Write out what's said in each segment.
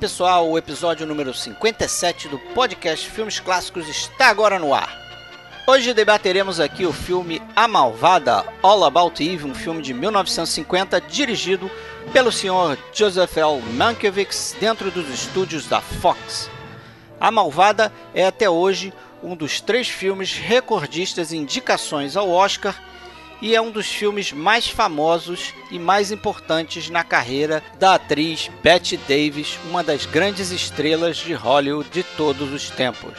pessoal, o episódio número 57 do podcast Filmes Clássicos está agora no ar. Hoje debateremos aqui o filme A Malvada, All About Eve, um filme de 1950 dirigido pelo Sr. Joseph L. Mankiewicz dentro dos estúdios da Fox. A Malvada é até hoje um dos 3 filmes recordistas em indicações ao Oscar e é um dos filmes mais famosos e mais importantes na carreira da atriz Bette Davis, uma das grandes estrelas de Hollywood de todos os tempos.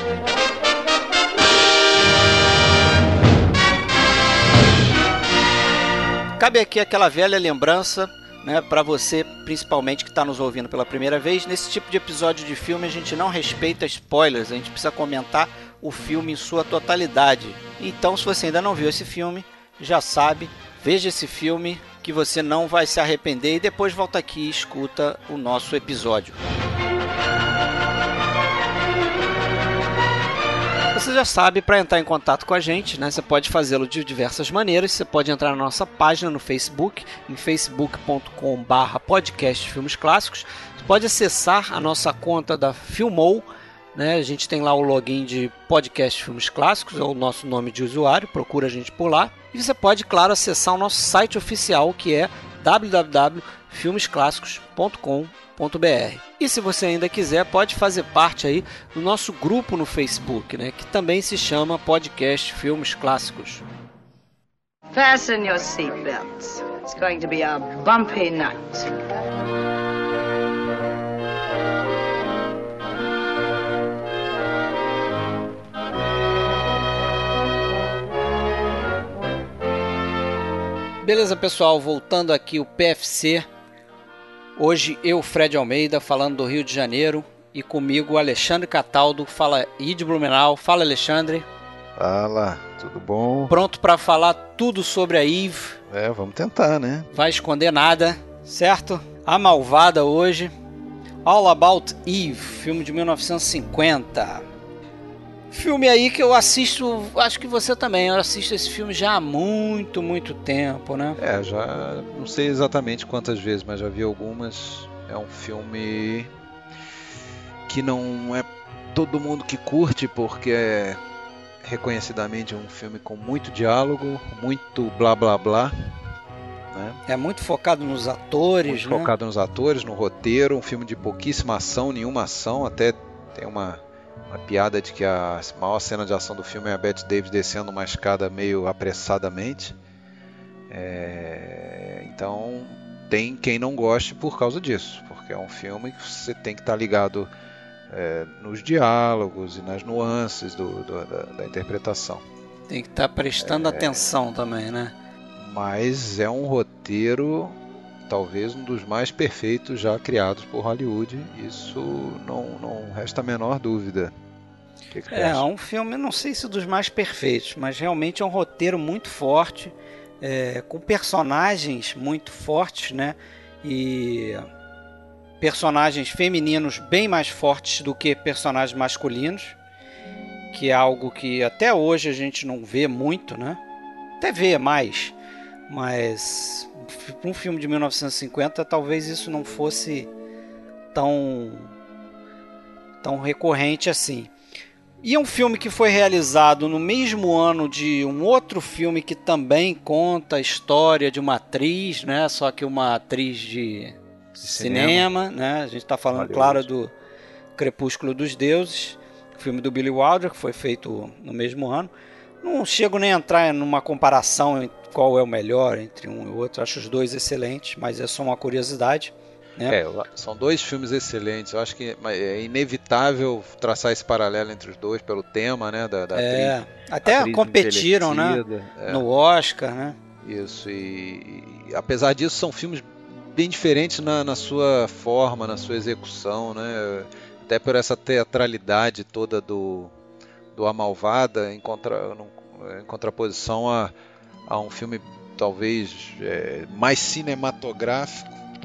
Cabe aqui aquela velha lembrança, né, para você, principalmente que está nos ouvindo pela primeira vez. Nesse tipo de episódio de filme a gente não respeita spoilers, a gente precisa comentar o filme em sua totalidade. Então, se você ainda não viu esse filme, já sabe, veja esse filme que você não vai se arrepender e depois volta aqui e escuta o nosso episódio. Você já sabe, para entrar em contato com a gente, né, você pode fazê-lo de diversas maneiras. Você pode entrar na nossa página no Facebook, em facebook.com/podcast Filmes Clássicos. Você pode acessar a nossa conta da Filmou, né? A gente tem lá o login de podcast Filmes Clássicos, é o nosso nome de usuário, procura a gente por lá. E você pode, claro, acessar o nosso site oficial, que é www.filmesclassicos.com.br. E se você ainda quiser, pode fazer parte aí do nosso grupo no Facebook, né, que também se chama Podcast Filmes Clássicos. Fasten your seatbelts. It's going to be a bumpy night. Beleza, pessoal, voltando aqui o PFC. Hoje eu, Fred Almeida, falando do Rio de Janeiro, e comigo o Alexandre Cataldo, fala aí de Blumenau. Fala, Alexandre. Fala, tudo bom? Pronto para falar tudo sobre a Eve? Vamos tentar, né? Vai esconder nada, certo? A Malvada hoje. All About Eve, filme de 1950. Filme aí que eu assisto, acho que você também, eu assisto esse filme já há muito, muito tempo, né? Já não sei exatamente quantas vezes, mas já vi algumas. É um filme que não é todo mundo que curte, porque é reconhecidamente um filme com muito diálogo, muito blá blá blá, né? É muito focado nos atores, muito focado nos atores, no roteiro, um filme de pouquíssima ação, nenhuma ação, até tem uma piada de que a maior cena de ação do filme é a Bette Davis descendo uma escada meio apressadamente. Então tem quem não goste por causa disso, porque é um filme que você tem que estar ligado nos diálogos e nas nuances da interpretação. Tem que estar prestando atenção também, né? Mas é um roteiro talvez um dos mais perfeitos já criados por Hollywood. Isso não resta a menor dúvida. Que é um filme, não sei se dos mais perfeitos, mas realmente é um roteiro muito forte, com personagens muito fortes, né? E personagens femininos bem mais fortes do que personagens masculinos, que é algo que até hoje a gente não vê muito, né? Até vê mais, mas para um filme de 1950 talvez isso não fosse tão recorrente assim. E é um filme que foi realizado no mesmo ano de um outro filme que também conta a história de uma atriz, né? Só que uma atriz de cinema, né? A gente está falando, claro, do Crepúsculo dos Deuses, filme do Billy Wilder, que foi feito no mesmo ano. Não chego nem a entrar numa comparação entre qual é o melhor entre um e o outro. Acho os dois excelentes, mas é só uma curiosidade, né? São dois filmes excelentes. Eu acho que é inevitável traçar esse paralelo entre os dois pelo tema, né, da atriz. Até atriz competiram, né, no Oscar, né? Isso, e apesar disso são filmes bem diferentes na sua forma, na sua execução, né? Até por essa teatralidade toda do A Malvada, em contraposição a um filme talvez mais cinematográfico,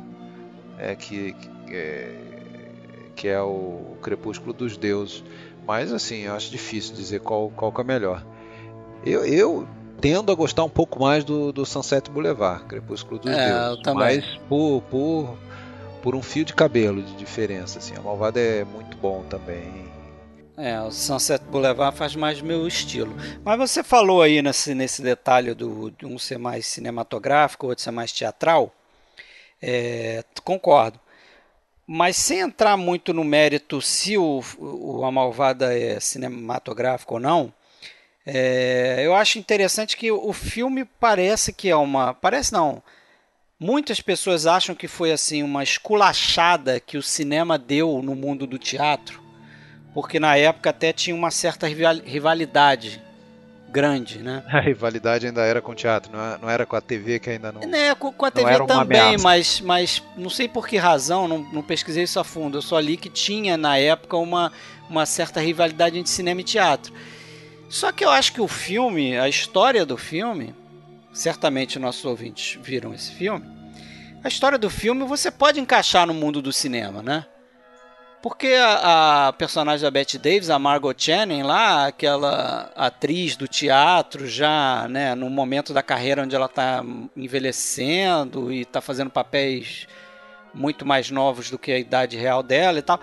que é o Crepúsculo dos Deuses. Mas assim, eu acho difícil dizer qual que é melhor. Eu tendo a gostar um pouco mais do Sunset Boulevard, Crepúsculo dos Deuses, mas por por um fio de cabelo de diferença, assim. A Malvada é muito bom também. O Sunset Boulevard faz mais meu estilo. Mas você falou aí nesse detalhe de um ser mais cinematográfico, outro ser mais teatral. Concordo. Mas sem entrar muito no mérito se a Malvada é cinematográfico ou não, eu acho interessante que o filme parece que é uma... Parece não. Muitas pessoas acham que foi assim uma esculachada que o cinema deu no mundo do teatro, porque na época até tinha uma certa rivalidade grande, né? A rivalidade ainda era com o teatro, não era com a TV, que ainda não... Com a TV também, mas não sei por que razão, não pesquisei isso a fundo, eu só li que tinha na época uma certa rivalidade entre cinema e teatro. Só que eu acho que o filme, a história do filme, certamente nossos ouvintes viram esse filme, a história do filme você pode encaixar no mundo do cinema, né? Porque a personagem da Bette Davis, a Margot Channing lá, aquela atriz do teatro já, né, no momento da carreira onde ela está envelhecendo e está fazendo papéis muito mais novos do que a idade real dela e tal.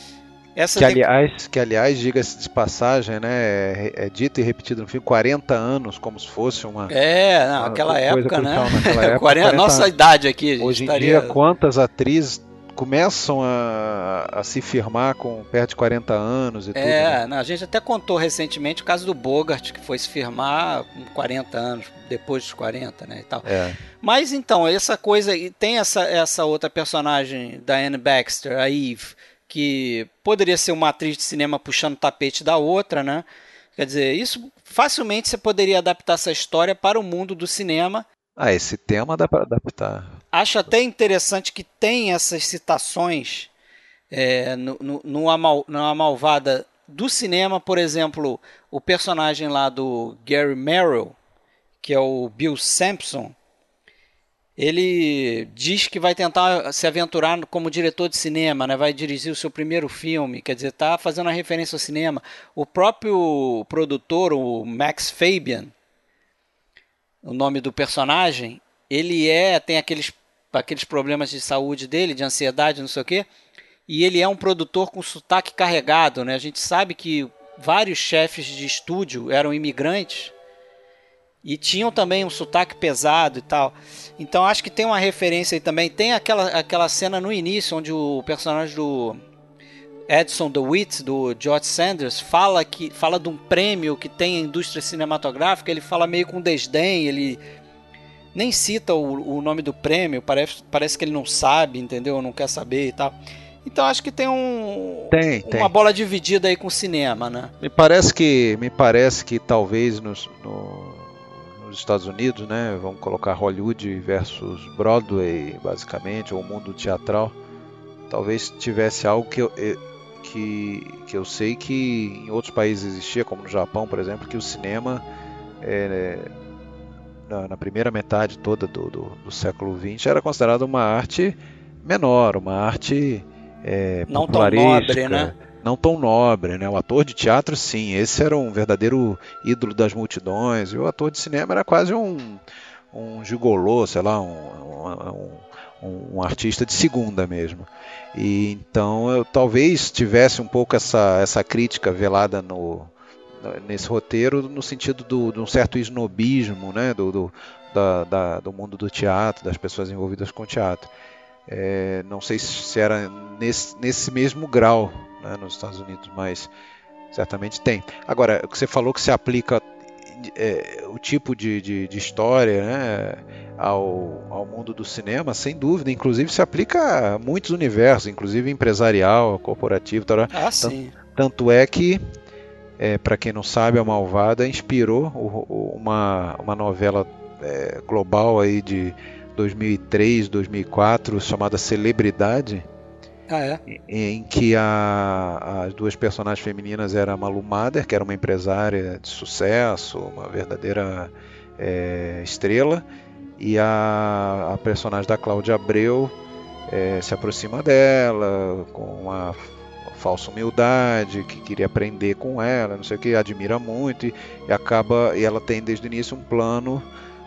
Que aliás, diga-se de passagem, né, é dito e repetido no filme, 40 anos, como se fosse uma... naquela época, né? Naquela época, 40 nossa idade aqui. A gente hoje em dia, quantas atrizes começam a se firmar com perto de 40 anos e tudo. Né? A gente até contou recentemente o caso do Bogart, que foi se firmar com 40 anos, depois dos 40, né, e tal. Mas então, essa coisa, e tem essa outra personagem da Anne Baxter, a Eve, que poderia ser uma atriz de cinema puxando o tapete da outra, né? Quer dizer, isso facilmente você poderia adaptar essa história para o mundo do cinema. Esse tema dá para adaptar. Acho até interessante que tem essas citações na Malvada do cinema, por exemplo, o personagem lá do Gary Merrill, que é o Bill Sampson, ele diz que vai tentar se aventurar como diretor de cinema, né? Vai dirigir o seu primeiro filme, quer dizer, está fazendo uma referência ao cinema. O próprio produtor, o Max Fabian, o nome do personagem, ele tem aqueles problemas de saúde dele, de ansiedade, não sei o quê, e ele é um produtor com sotaque carregado, né? A gente sabe que vários chefes de estúdio eram imigrantes e tinham também um sotaque pesado e tal. Então acho que tem uma referência aí também. Tem aquela cena no início onde o personagem do Edson DeWitt, do George Sanders, fala de um prêmio que tem a indústria cinematográfica. Ele fala meio com desdém, ele nem cita o nome do prêmio, parece que ele não sabe, entendeu? Não quer saber e tal. Então acho que tem uma bola dividida aí com o cinema, né? Me parece que talvez nos Estados Unidos, né, vamos colocar Hollywood versus Broadway, basicamente, ou o mundo teatral, talvez tivesse algo que eu sei que em outros países existia, como no Japão, por exemplo, que o cinema na primeira metade toda do século XX era considerado uma arte menor, uma arte não tão nobre, né? Não tão nobre, né? O ator de teatro, sim, esse era um verdadeiro ídolo das multidões, e o ator de cinema era quase um gigolô, sei lá, um artista de segunda mesmo. E então eu talvez tivesse um pouco essa crítica velada nesse roteiro, no sentido de um certo esnobismo, né? do mundo do teatro, das pessoas envolvidas com teatro. Não sei se era nesse mesmo grau, né, nos Estados Unidos, mas certamente tem. Agora, o que você falou que se aplica o tipo de história, né, ao mundo do cinema, sem dúvida, inclusive se aplica a muitos universos, inclusive empresarial, corporativo, tal. Sim. Tanto é que, para quem não sabe, a Malvada inspirou uma novela global aí de 2003, 2004, chamada Celebridade, em que as duas personagens femininas eram a Malu Mader, que era uma empresária de sucesso, uma verdadeira estrela, e a personagem da Cláudia Abreu se aproxima dela com uma falsa humildade, que queria aprender com ela, não sei o que, admira muito, e ela tem desde o início um plano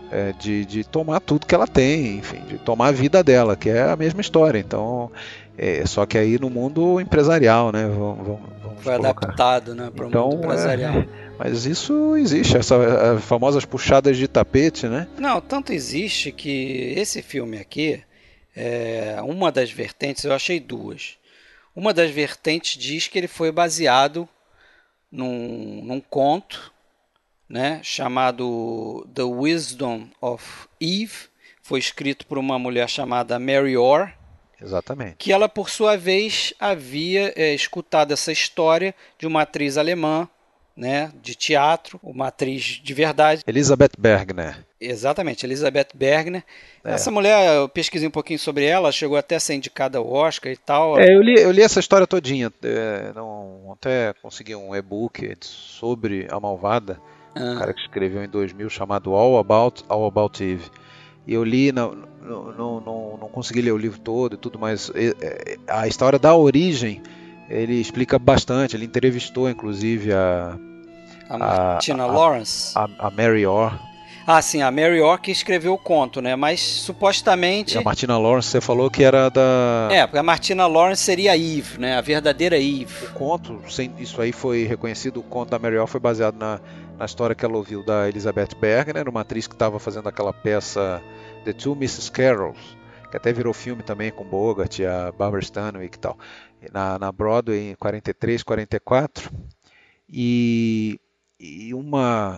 de tomar tudo que ela tem, enfim, de tomar a vida dela, que é a mesma história. Então, só que aí no mundo empresarial, né? Vamos Foi colocar. adaptado, né, para o mundo empresarial. Mas isso existe, essas famosas puxadas de tapete, né? Não, tanto existe que esse filme aqui, uma das vertentes, eu achei duas. Uma das vertentes diz que ele foi baseado num conto, né, chamado The Wisdom of Eve. Foi escrito por uma mulher chamada Mary Orr. Exatamente. Que ela, por sua vez, havia escutado essa história de uma atriz alemã, né, de teatro, uma atriz de verdade. Elisabeth Bergner. Exatamente, Elisabeth Bergner. Essa mulher, eu pesquisei um pouquinho sobre ela, chegou até a ser indicada ao Oscar e tal. Eu li essa história todinha. Até consegui um e-book sobre A Malvada, um cara que escreveu em 2000, chamado All About Eve. E eu li, não consegui ler o livro todo e tudo, mas a história da origem ele explica bastante. Ele entrevistou inclusive a Martina Lawrence, a Mary Orr. Ah, sim, a Mary Orr que escreveu o conto, né? Mas supostamente... E a Martina Lawrence, você falou que era da... porque a Martina Lawrence seria a Eve, né? A verdadeira Eve. O conto, isso aí foi reconhecido, o conto da Mary Orr foi baseado na história que ela ouviu da Elizabeth Bergner, uma atriz que estava fazendo aquela peça The Two Mrs. Carols, que até virou filme também com Bogart e a Barbara Stanwyck e tal, na Broadway em 43, 44. E uma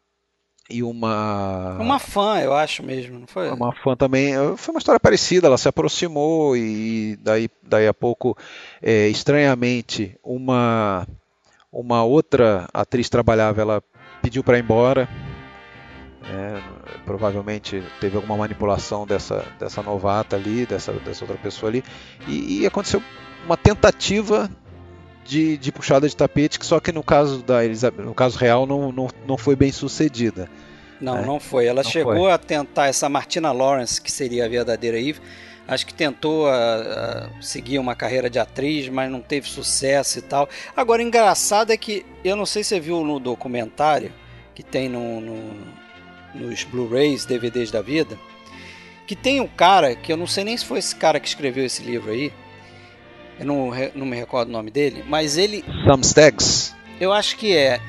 fã, eu acho mesmo, não foi? Uma fã também. Foi uma história parecida, ela se aproximou e daí a pouco, estranhamente, uma outra atriz trabalhava, ela pediu para ir embora. Provavelmente teve alguma manipulação dessa novata ali, dessa outra pessoa ali, e aconteceu uma tentativa de puxada de tapete, que só que no caso da Elizabeth, no caso real, não foi bem sucedida. Não foi. Ela chegou a tentar, essa Martina Lawrence, que seria a verdadeira Eve, acho que tentou seguir uma carreira de atriz, mas não teve sucesso e tal. Agora, engraçado é que, eu não sei se você viu no documentário, que tem nos Blu-rays, DVDs da vida, que tem um cara, que eu não sei nem se foi esse cara que escreveu esse livro aí, eu não me recordo o nome dele, mas ele... Sam Staggs? Eu acho que é.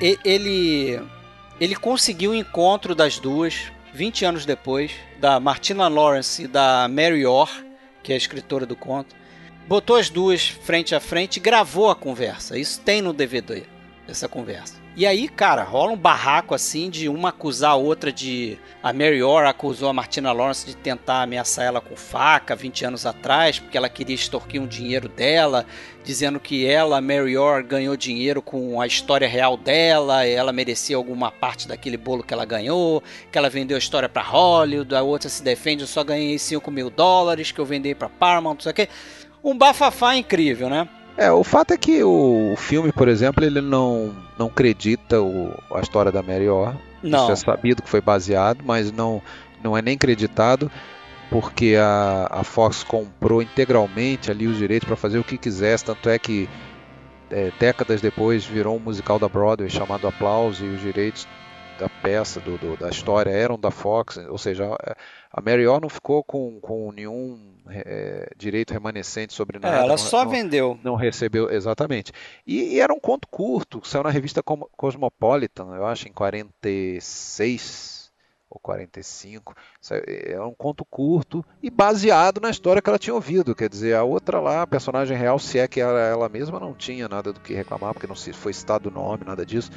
Ele conseguiu o encontro das duas, 20 anos depois, da Martina Lawrence e da Mary Orr, que é a escritora do conto. Botou as duas frente a frente e gravou a conversa. Isso tem no DVD, essa conversa. E aí, cara, rola um barraco assim de uma acusar a outra de... A Mary Orr acusou a Martina Lawrence de tentar ameaçar ela com faca 20 anos atrás, porque ela queria extorquir um dinheiro dela, dizendo que ela, a Mary Orr, ganhou dinheiro com a história real dela, e ela merecia alguma parte daquele bolo que ela ganhou, que ela vendeu a história pra Hollywood, a outra se defende, eu só ganhei $5.000, que eu vendi pra Paramount, não sei o quê. Um bafafá incrível, né? O fato é que o filme, por exemplo, ele não acredita a história da Mary Orr. Não. Isso é sabido que foi baseado, mas não é nem creditado, porque a Fox comprou integralmente ali os direitos para fazer o que quisesse, tanto é que décadas depois virou um musical da Broadway chamado Aplauso, e os direitos da peça, da história eram da Fox, ou seja, a Mary Orr não ficou com nenhum direito remanescente sobre nada. Ela só vendeu. Não recebeu, exatamente. E era um conto curto, que saiu na revista Cosmopolitan, eu acho, em 46 ou 45. É um conto curto e baseado na história que ela tinha ouvido. Quer dizer, a outra lá, a personagem real, se é que era ela mesma, não tinha nada do que reclamar, porque não foi citado o nome, nada disso.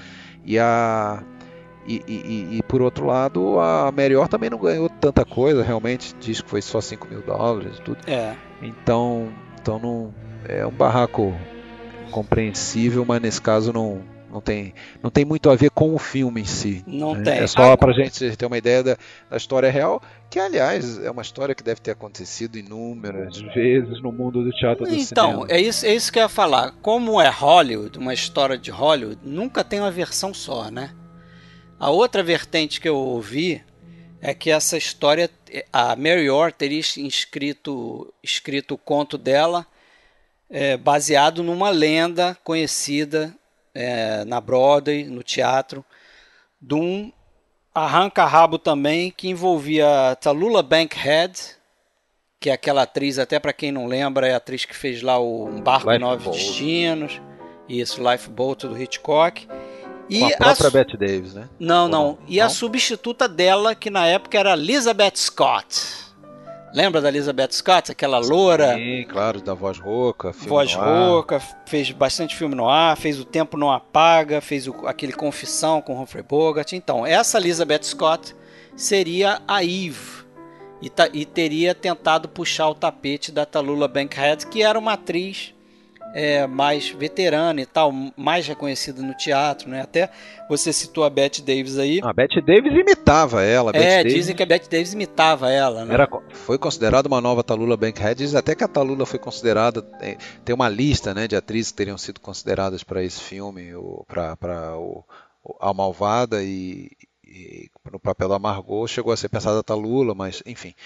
E por outro lado, a Mary Orr também não ganhou tanta coisa, realmente diz que foi só $5.000 e tudo. Então não, é um barraco compreensível, mas nesse caso não tem muito a ver com o filme em si. Não tem. É só pra gente ter uma ideia da história real, que aliás é uma história que deve ter acontecido inúmeras vezes no mundo do teatro do cinema. Então, é isso que eu ia falar. Como é Hollywood, uma história de Hollywood, nunca tem uma versão só, né? A outra vertente que eu ouvi é que essa história, a Mary Orr teria escrito o conto dela baseado numa lenda conhecida na Broadway, no teatro, de um Arranca-Rabo também, que envolvia Tallulah Bankhead, que é aquela atriz, até para quem não lembra, é a atriz que fez lá o Um Barco em Nove Destinos, isso, Lifeboat do Hitchcock. E com a própria Bette Davis, né? Não. E a substituta dela, que na época era Elizabeth Scott. Lembra da Elizabeth Scott? Aquela loura. Sim, claro, da voz rouca. Voz rouca, fez bastante filme no ar, fez O Tempo Não Apaga, fez aquele Confissão com Humphrey Bogart. Então, essa Elizabeth Scott seria a Eve. E teria tentado puxar o tapete da Tallulah Bankhead, que era uma atriz mais veterana e tal, mais reconhecida no teatro, né? Até você citou a Bette Davis aí. A Bette Davis imitava ela. Dizem que a Bette Davis imitava ela, né? Foi considerada uma nova Tallulah Bankhead. Diz até que a Tallulah foi considerada, tem uma lista, né, de atrizes que teriam sido consideradas para esse filme, para A Malvada, e no papel da Margot chegou a ser pensada a Tallulah, mas enfim.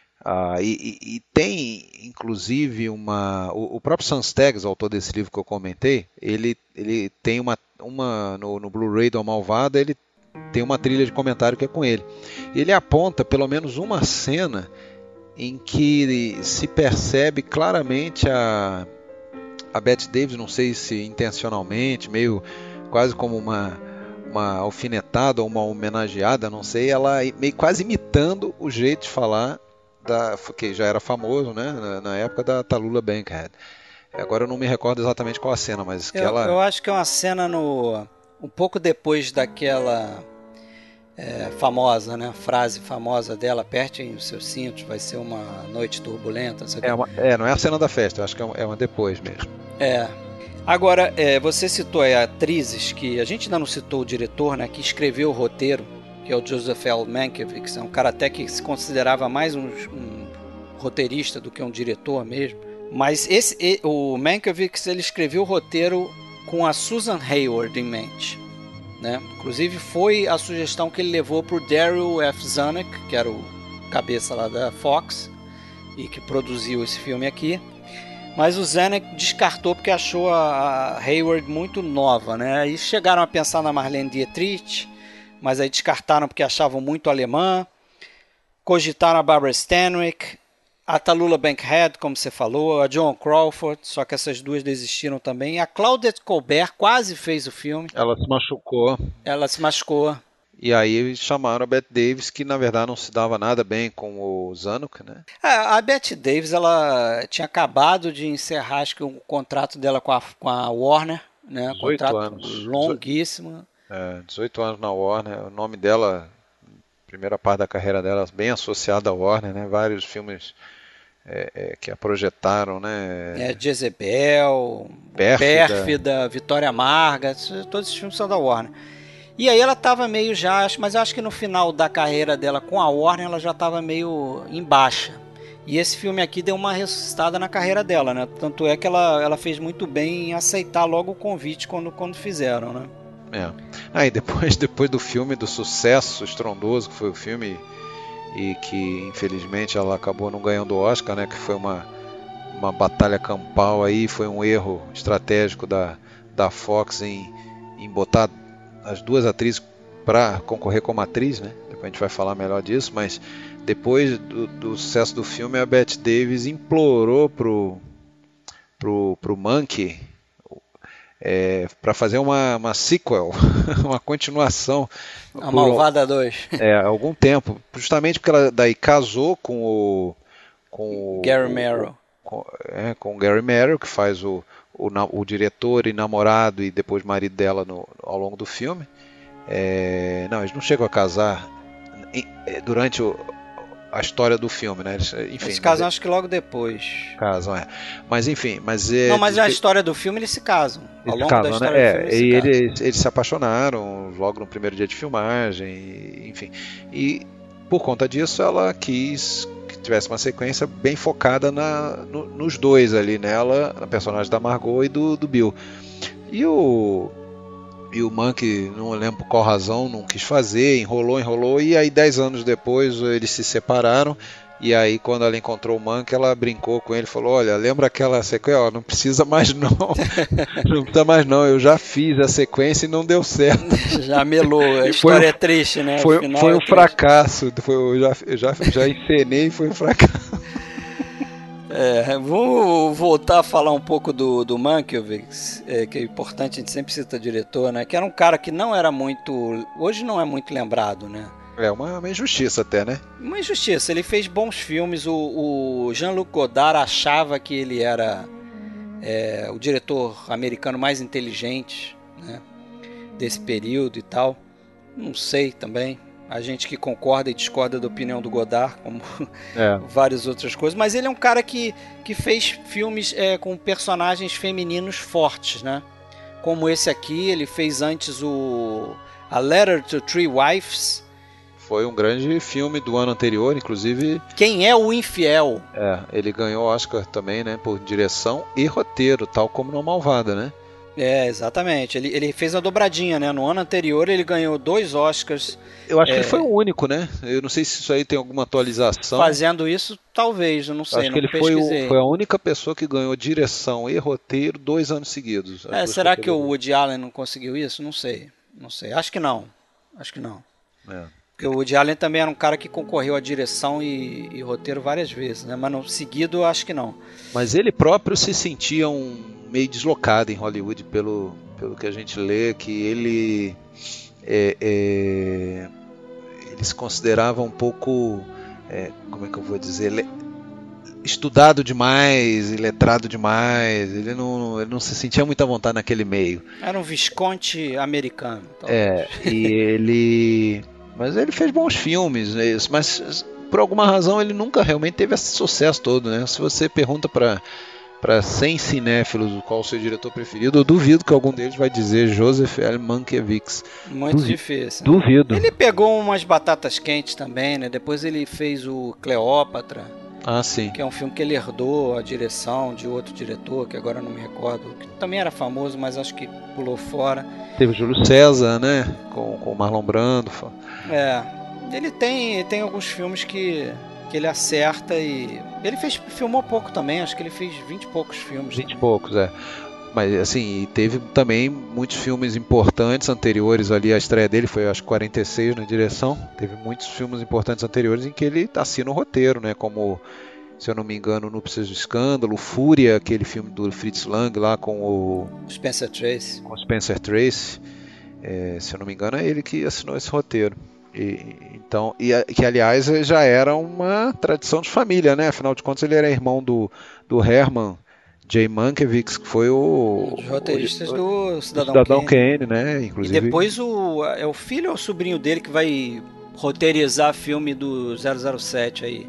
E tem, inclusive, o próprio Sam Staggs, autor desse livro que eu comentei, ele tem no Blu-ray do A Malvada, ele tem uma trilha de comentário que é com ele. Ele aponta pelo menos uma cena em que se percebe claramente a Bette Davis, não sei se intencionalmente, meio quase como uma alfinetada ou uma homenageada, não sei, ela meio quase imitando o jeito de falar que já era famoso, né, na época da Tallulah Bankhead. Agora eu não me recordo exatamente qual a cena, mas que eu acho que é uma cena um pouco depois daquela famosa, né, frase famosa dela: apertem os seus cintos, vai ser uma noite turbulenta. Não é a cena da festa, eu acho que é uma depois mesmo. Agora, você citou aí atrizes, que a gente ainda não citou o diretor, né, que escreveu o roteiro, que é o Joseph L. Mankiewicz, é um cara até que se considerava mais um roteirista do que um diretor mesmo. Mas o Mankiewicz, ele escreveu o roteiro com a Susan Hayward em mente, né? Inclusive foi a sugestão que ele levou para o Daryl F. Zanuck, que era o cabeça lá da Fox e que produziu esse filme aqui. Mas o Zanuck descartou porque achou a Hayward muito nova, né? Aí chegaram a pensar na Marlene Dietrich, mas aí descartaram porque achavam muito alemã. Cogitaram a Barbara Stanwyck, a Tallulah Bankhead, como você falou, a Joan Crawford, só que essas duas desistiram também. A Claudette Colbert quase fez o filme. Ela se machucou. E aí chamaram a Bette Davis, que na verdade não se dava nada bem com o Zanuck, né? A Bette Davis, ela tinha acabado de encerrar, acho que o contrato dela com a Warner, né? 18 contrato anos. Longuíssimo. 18 anos na Warner. O nome dela, primeira parte da carreira dela, bem associada à Warner, né? Vários filmes que a projetaram, né? Jezebel, Pérfida, Vitória Amarga, todos esses filmes são da Warner. E aí ela estava meio mas eu acho que no final da carreira dela com a Warner ela já estava meio em baixa. E esse filme aqui deu uma ressuscitada na carreira dela, né? Tanto é que ela fez muito bem em aceitar logo o convite quando fizeram, né? E depois do filme, do sucesso estrondoso que foi o filme, e que infelizmente ela acabou não ganhando o Oscar, né? Que foi uma batalha campal aí, foi um erro estratégico da Fox em botar as duas atrizes para concorrer como atriz, né? Depois a gente vai falar melhor disso, mas depois do sucesso do filme, a Bette Davis implorou pro Monkey para fazer uma sequel, uma continuação. A Malvada 2. Há algum tempo, justamente porque ela daí casou com o Gary Merrill. Com o Gary Merrill, que faz o diretor e namorado e depois marido dela ao longo do filme. Não, eles não chegam a casar durante a história do filme, né? Eles casam acho que logo depois. Casam, Mas enfim, mas a história do filme eles se casam. Ao longo da história do filme eles se apaixonaram logo no primeiro dia de filmagem, enfim. E por conta disso ela quis que tivesse uma sequência bem focada nos dois ali, nela, na personagem da Margot e do Bill. E o Monkey, não lembro por qual razão, não quis fazer, enrolou, e aí 10 anos depois eles se separaram E aí, quando ela encontrou o Monk, ela brincou com ele, falou: olha, lembra aquela sequência? Não precisa mais não. Não precisa mais não, eu já fiz a sequência e não deu certo. Já melou, a história é triste, né? Foi um fracasso, eu já encenei e foi um fracasso. Vamos voltar a falar um pouco do Mankiewicz, que é importante, a gente sempre cita diretor, né? Que era um cara que não era muito... Hoje não é muito lembrado, né? É uma injustiça até, né? Uma injustiça. Ele fez bons filmes. O Jean-Luc Godard achava que ele era o diretor americano mais inteligente, né, desse período e tal. Não sei também. A gente que concorda e discorda da opinião do Godard, como várias outras coisas. Mas ele é um cara que fez filmes com personagens femininos fortes, né? Como esse aqui. Ele fez antes A Letter to Three Wives. Foi um grande filme do ano anterior, inclusive... Quem é o Infiel? Ele ganhou Oscar também, né? Por direção e roteiro, tal como no Malvada, né? Exatamente. Ele fez a dobradinha, né? No ano anterior ele ganhou 2 Oscars. Eu acho que ele foi o único, né? Eu não sei se isso aí tem alguma atualização. Fazendo isso, talvez, eu não sei. Acho que ele foi a única pessoa que ganhou direção e roteiro 2 anos seguidos. Será que o Woody Allen não conseguiu isso? Não sei. Acho que não. Porque o Woody Allen também era um cara que concorreu à direção e roteiro várias vezes, né? Mas no seguido eu acho que não. Mas ele próprio se sentia meio deslocado em Hollywood pelo que a gente lê, que ele se considerava um pouco, como é que eu vou dizer, estudado demais, letrado demais. Ele não se sentia muito à vontade naquele meio. Era um Visconde americano. Talvez. Mas ele fez bons filmes, mas por alguma razão ele nunca realmente teve esse sucesso todo, né? Se você pergunta para 100 cinéfilos qual o seu diretor preferido, eu duvido que algum deles vai dizer Joseph L. Mankiewicz. Muito difícil. Duvido. Ele pegou umas batatas quentes também, né? Depois ele fez o Cleópatra. Sim. Que é um filme que ele herdou a direção de outro diretor, que agora não me recordo, que também era famoso, mas acho que pulou fora. Teve Júlio César, né? Com o Marlon Brando. Ele tem alguns filmes que ele acerta e... Ele filmou pouco também, acho que ele fez 20 e poucos filmes. 20 e poucos, Mas assim, teve também muitos filmes importantes anteriores ali, a estreia dele foi acho 46 na direção. Teve muitos filmes importantes anteriores em que ele assina o roteiro, né? Como, se eu não me engano, Núpcias do Escândalo, Fúria, aquele filme do Fritz Lang lá com o Spencer Tracy. Se eu não me engano, é ele que assinou esse roteiro. Que aliás já era uma tradição de família, né? Afinal de contas ele era irmão do Herman J. Mankiewicz, que foi os roteiristas do Cidadão Kane, né? Inclusive. E depois é o filho ou o sobrinho dele que vai roteirizar filme do 007 aí?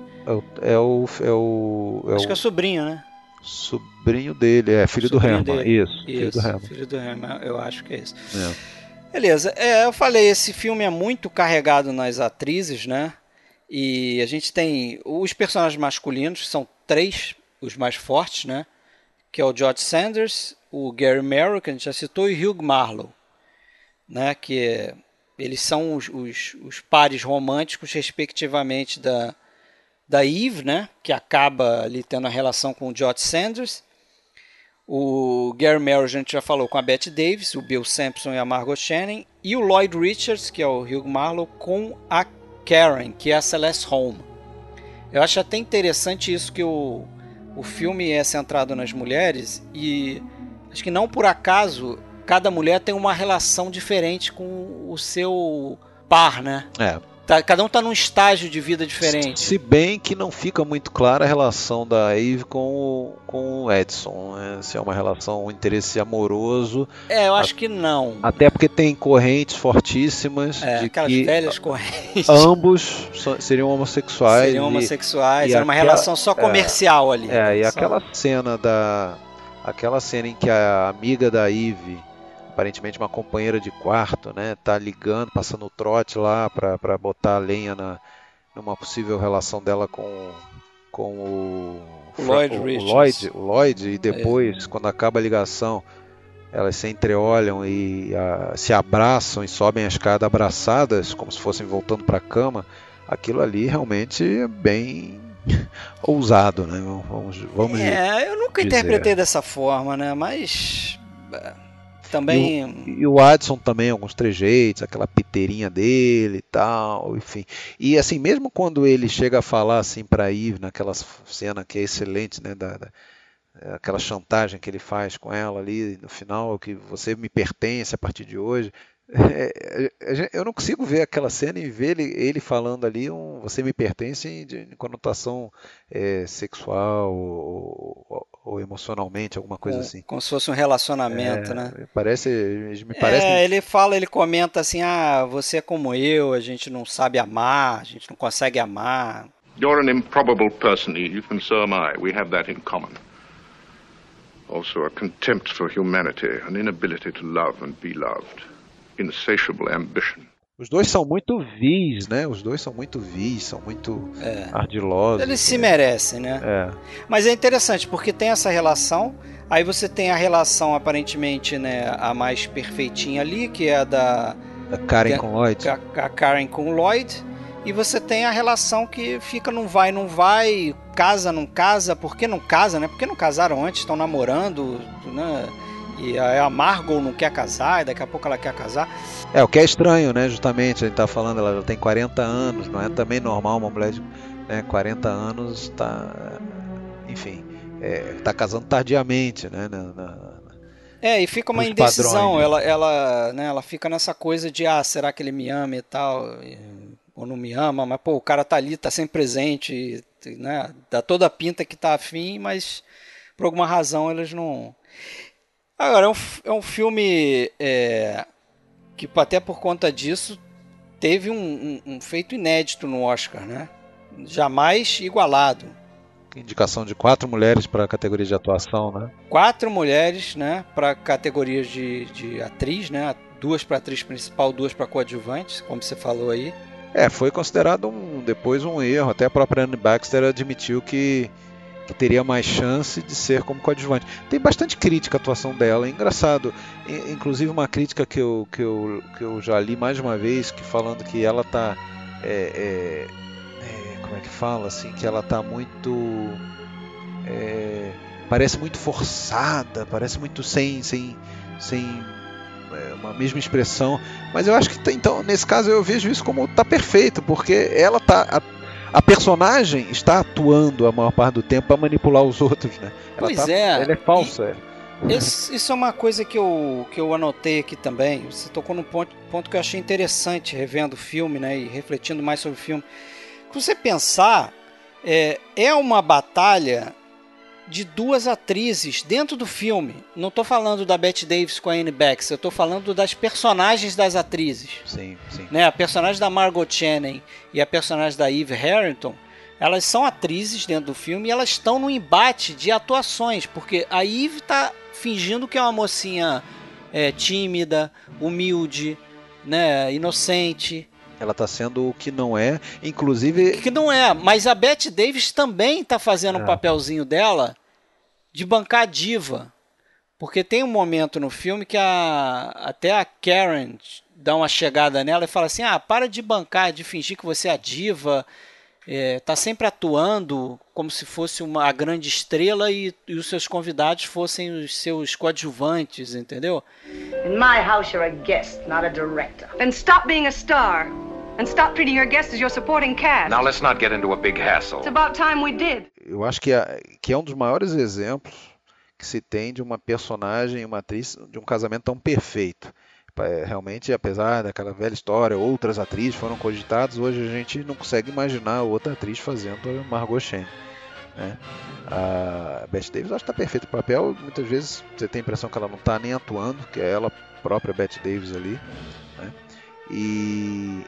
Acho que é o sobrinho, né? Sobrinho dele, filho do Herman. Isso, filho do Herman. Filho do Herman, eu acho que é isso. Beleza, eu falei, esse filme é muito carregado nas atrizes, né? E a gente tem os personagens masculinos, que são 3, os mais fortes, né? Que é o George Sanders, o Gary Merrill, que a gente já citou, e o Hugh Marlowe, né? Que eles são os pares românticos, respectivamente, da Eve, né? Que acaba ali tendo a relação com o George Sanders. O Gary Merrill, a gente já falou, com a Bette Davis, o Bill Sampson e a Margot Channing, e o Lloyd Richards, que é o Hugh Marlowe, com a Karen, que é a Celeste Holm. Eu acho até interessante isso, que o filme é centrado nas mulheres, e acho que não por acaso cada mulher tem uma relação diferente com o seu par, né? Cada um está num estágio de vida diferente. Se bem que não fica muito clara a relação da Eve com o Edson, né? Se é uma relação, um interesse amoroso. Eu acho que não. Até porque tem correntes fortíssimas de aquelas que velhas correntes. Ambos seriam homossexuais. Era uma relação só comercial ali. E aquela cena em que a amiga da Eve, aparentemente uma companheira de quarto, né, tá ligando, passando o trote lá para botar a lenha numa possível relação dela com o Lloyd, e depois, quando acaba a ligação, elas se entreolham e se abraçam e sobem a escada abraçadas, como se fossem voltando para a cama. Aquilo ali realmente é bem ousado, né? Vamos eu nunca dizer. interpretei dessa forma, né? Mas também... E o Adson também, alguns trejeitos, aquela piteirinha dele e tal, enfim. E assim, mesmo quando ele chega a falar assim para Eve, naquela cena que é excelente, né? Aquela chantagem que ele faz com ela ali no final, que você me pertence a partir de hoje. Eu não consigo ver aquela cena e ver ele falando ali você me pertence em conotação sexual ou emocionalmente, alguma coisa assim. Como se fosse um relacionamento, né? Me parece. Ele comenta assim, você é como eu, a gente não sabe amar, a gente não consegue amar. You're an improbable person, Eve, and so am I. We have that in common. Also a contempt for humanity, an inability to love and be loved. Insatiable ambition. Os dois são muito vis, né? Os dois são muito ardilosos. Eles se merecem, né? Mas é interessante, porque tem essa relação, aí você tem a relação, aparentemente, né, a mais perfeitinha ali, que é a da Karen com Lloyd. A Karen com o Lloyd, e você tem a relação que fica não vai, casa, não casa, por que não casa, né? Porque não casaram antes, estão namorando, né? E a Margot não quer casar, e daqui a pouco ela quer casar. O que é estranho, né? Justamente, a gente tá falando, ela já tem 40 anos, não é também normal uma mulher de 40 anos enfim, tá casando tardiamente, né? E fica uma indecisão, padrões, né? Ela fica nessa coisa de, será que ele me ama e tal, ou não me ama, mas pô, o cara tá ali, tá sempre presente, né? Dá toda a pinta que tá afim, mas por alguma razão eles não... Agora, é um filme que até por conta disso teve um feito inédito no Oscar, né? Jamais igualado. Indicação de 4 mulheres para a categoria de atuação, né? 4 mulheres, né? Para categorias de atriz, né? 2 para atriz principal, 2 para coadjuvante, como você falou aí. Foi considerado depois um erro. Até a própria Anne Baxter admitiu que teria mais chance de ser como coadjuvante. Tem bastante crítica à atuação dela, é engraçado. Inclusive uma crítica que eu já li mais de uma vez, falando que ela tá... como é que fala? Assim, que ela tá muito... parece muito forçada, parece muito sem uma mesma expressão. Mas eu acho que, então, nesse caso eu vejo isso como tá perfeito, porque ela tá... A personagem está atuando a maior parte do tempo para manipular os outros, né? Ela é falsa. Isso é uma coisa que eu anotei aqui também. Você tocou num ponto que eu achei interessante revendo o filme, né? E refletindo mais sobre o filme. Se você pensar, é uma batalha de 2 atrizes dentro do filme. Não estou falando da Bette Davis com a Anne Baxter, eu estou falando das personagens das atrizes. Sim. Né? A personagem da Margot Channing e a personagem da Eve Harrington, elas são atrizes dentro do filme e elas estão no embate de atuações, porque a Eve está fingindo que é uma mocinha tímida, humilde, né? Inocente. Ela está sendo o que não é, inclusive... Que não é, mas a Bette Davis também está fazendo um papelzinho dela de bancar diva. Porque tem um momento no filme que até a Karen dá uma chegada nela e fala assim, para de bancar, de fingir que você é a diva, tá sempre atuando como se fosse a grande estrela e os seus convidados fossem os seus coadjuvantes, entendeu? In my house you're a guest, not a director. Then stop being a star. And stop treating your guests as your supporting cast. Now let's not get into a big hassle. It's about time we did. Eu acho que é um dos maiores exemplos que se tem de uma personagem, uma atriz, de um casamento tão perfeito. Realmente, apesar daquela velha história, outras atrizes foram cogitadas, hoje a gente não consegue imaginar outra atriz fazendo a Margot Channing, né? A Bette Davis acho que está perfeita para o papel. Muitas vezes você tem a impressão que ela não está nem atuando, que é ela própria, Bette Davis ali, né? E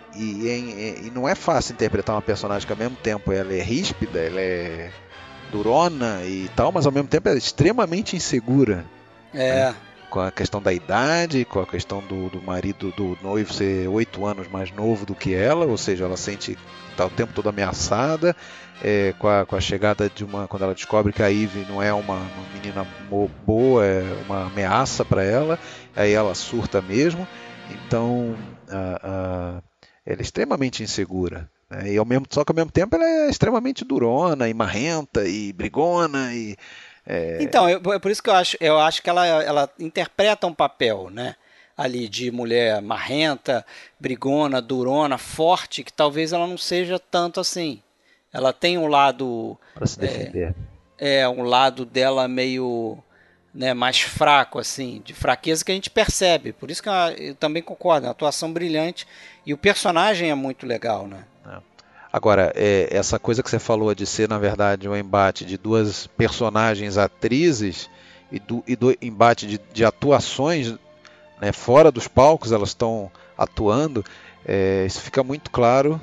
não é fácil interpretar uma personagem que ao mesmo tempo ela é ríspida, ela é durona e tal, mas ao mesmo tempo ela é extremamente insegura. Né? Com a questão da idade, com a questão do marido, do noivo ser 8 anos mais novo do que ela, ou seja, ela sente que está o tempo todo ameaçada, com a chegada quando ela descobre que a Eve não é uma menina boa, é uma ameaça para ela, aí ela surta mesmo. Então ela é extremamente insegura, né? Só que ao mesmo tempo ela é extremamente durona e marrenta e brigona e Então, é por isso que eu acho que ela interpreta um papel, né? Ali de mulher marrenta, brigona, durona, forte, que talvez ela não seja tanto assim. Ela tem um lado, para se defender. um lado dela meio, né, mais fraco, assim, de fraqueza que a gente percebe. Por isso que eu também concordo, é uma atuação brilhante e o personagem é muito legal, né? Agora, essa coisa que você falou de ser, na verdade, um embate de duas personagens atrizes e do embate de atuações, né, fora dos palcos, elas estão atuando, isso fica muito claro.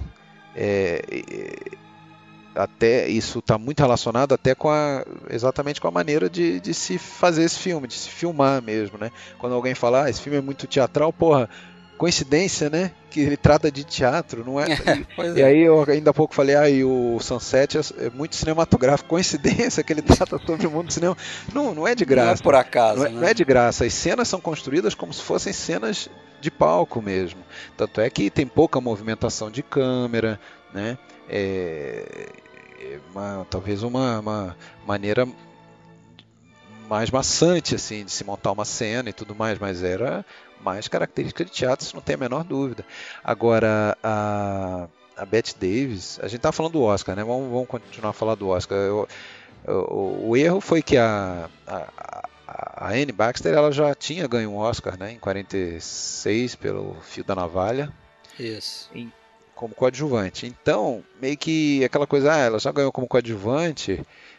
Até isso está muito relacionado até exatamente com a maneira de se fazer esse filme, de se filmar mesmo, né? Quando alguém fala, esse filme é muito teatral, porra, coincidência, né? Que ele trata de teatro, não é? E aí eu ainda há pouco falei, e o Sunset é muito cinematográfico, coincidência que ele trata sobre o mundo do cinema. Não é de graça. Não é por acaso, não é de graça. As cenas são construídas como se fossem cenas de palco mesmo. Tanto é que tem pouca movimentação de câmera, né? Talvez uma maneira mais maçante assim, de se montar uma cena e tudo mais, mas era mais característica de teatro, isso não tem a menor dúvida. Agora, a Bette Davis, a gente está falando do Oscar, né? Vamos continuar a falar do Oscar. O erro foi que a Anne Baxter ela já tinha ganho um Oscar, né, em 46 pelo Fio da Navalha. Isso. Como coadjuvante. Então, meio que aquela coisa, ela já ganhou como coadjuvante,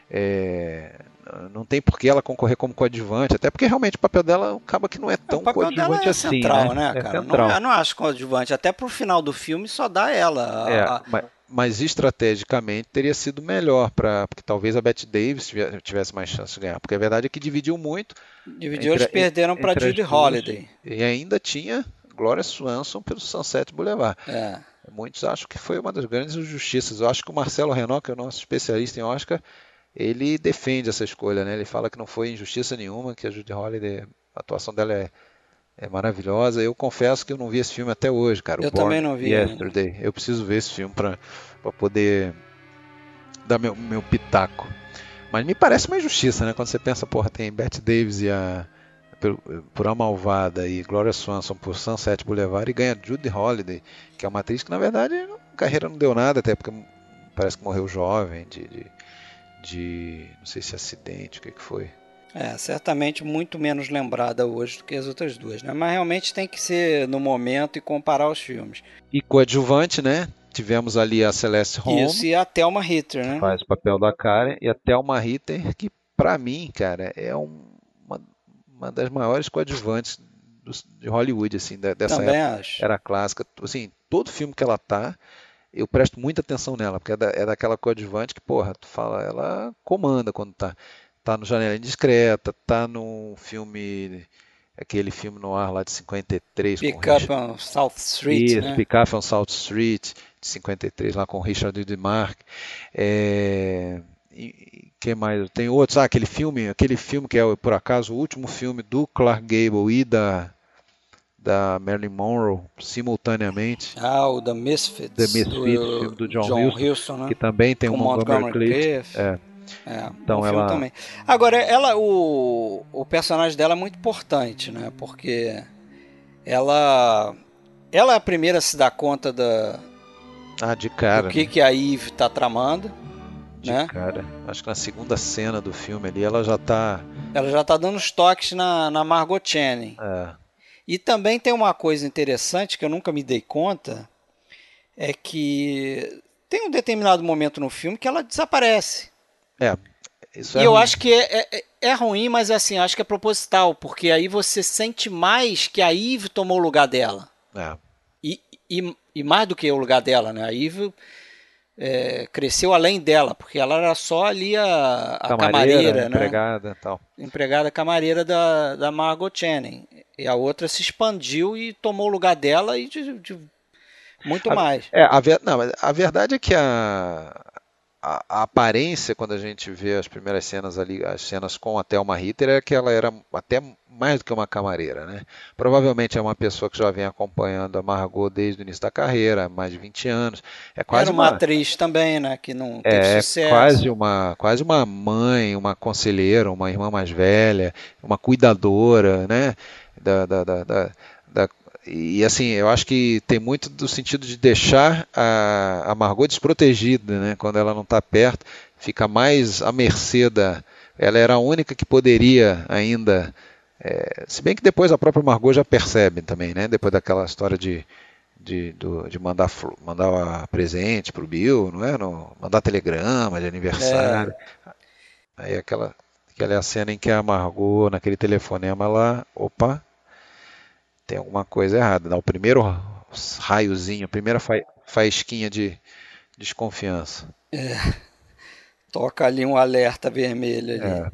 não tem por que ela concorrer como coadjuvante, até porque realmente o papel dela acaba que não é tão coadjuvante assim. O papel dela é central, né, É cara? central. Eu não acho coadjuvante, até pro final do filme só dá ela. Mas estrategicamente teria sido melhor, porque talvez a Bette Davis tivesse mais chance de ganhar, porque a verdade é que dividiu muito. Eles perderam para Judy Holliday. E ainda tinha Gloria Swanson pelo Sunset Boulevard. Muitos acham que foi uma das grandes injustiças. Eu acho que o Marcelo Renault, que é o nosso especialista em Oscar, ele defende essa escolha, né? Ele fala que não foi injustiça nenhuma, que a Judy Holliday, a atuação dela é maravilhosa. Eu confesso que eu não vi esse filme até hoje, cara. Eu também não vi. Yesterday. Eu preciso ver esse filme para poder dar meu pitaco. Mas me parece uma injustiça, né? Quando você pensa, porra, tem Bette Davis por A Malvada e Gloria Swanson por Sunset Boulevard e ganha Judy Holliday, que é uma atriz que na verdade a carreira não deu nada, até porque parece que morreu jovem de não sei se acidente, o que foi. Certamente muito menos lembrada hoje do que as outras duas, né? Mas realmente tem que ser no momento e comparar os filmes. E coadjuvante, né? Tivemos ali a Celeste Holm. Isso, e a Thelma Ritter, né? Faz o papel da Karen, e a Thelma Ritter, que pra mim, cara, é uma das maiores coadjuvantes de Hollywood, assim, dessa Também época. acho. Era clássica. Assim, todo filme que ela tá, eu presto muita atenção nela, porque é daquela coadjuvante que, porra, tu fala, ela comanda quando tá no Janela Indiscreta, tá no filme, aquele filme no ar lá de 53. Pick Up on South Street, isso, né? Pick Up on South Street, de 53, lá com Richard Widmark. Que mais? Tem outros. Aquele filme que é, por acaso, o último filme do Clark Gable e da Marilyn Monroe simultaneamente. O The Misfits. Filme do John Huston, né? Que também tem com um Montgomery Clift. Então ela também. Agora, o personagem dela é muito importante, né? Porque ela é a primeira a se dar conta de cara, do que a Eve tá tramando. Né? Cara, acho que na segunda cena do filme ali ela já tá dando os toques na Margot Channing. E também tem uma coisa interessante que eu nunca me dei conta, é que tem um determinado momento no filme que ela desaparece. Isso e eu acho que é ruim, mas assim, acho que é proposital, porque aí você sente mais que a Eve tomou o lugar dela. E mais do que o lugar dela, né? A Eve cresceu além dela, porque ela era só ali a camareira, empregada, né? Tal. Empregada camareira da Margot Channing. E a outra se expandiu e tomou o lugar dela e de muito mais. A verdade é que a a aparência, quando a gente vê as primeiras cenas ali, as cenas com a Thelma Ritter, é que ela era até mais do que uma camareira, né? Provavelmente é uma pessoa que já vem acompanhando a Margot desde o início da carreira, há mais de 20 anos. É quase Era uma atriz também, né? Que não teve sucesso. quase uma mãe, uma conselheira, uma irmã mais velha, uma cuidadora, né? E assim, eu acho que tem muito do sentido de deixar a Margot desprotegida, né? Quando ela não está perto, fica mais à mercê da... Ela era a única que poderia ainda... se bem que depois a própria Margot já percebe também, né? Depois daquela história de mandar presente para o Bill, não é? Mandar telegrama de aniversário. Aí aquela é a cena em que a Margot, naquele telefonema lá, opa, tem alguma coisa errada. Dá o primeiro raiozinho, a primeira faísquinha de desconfiança. Toca ali um alerta vermelho ali.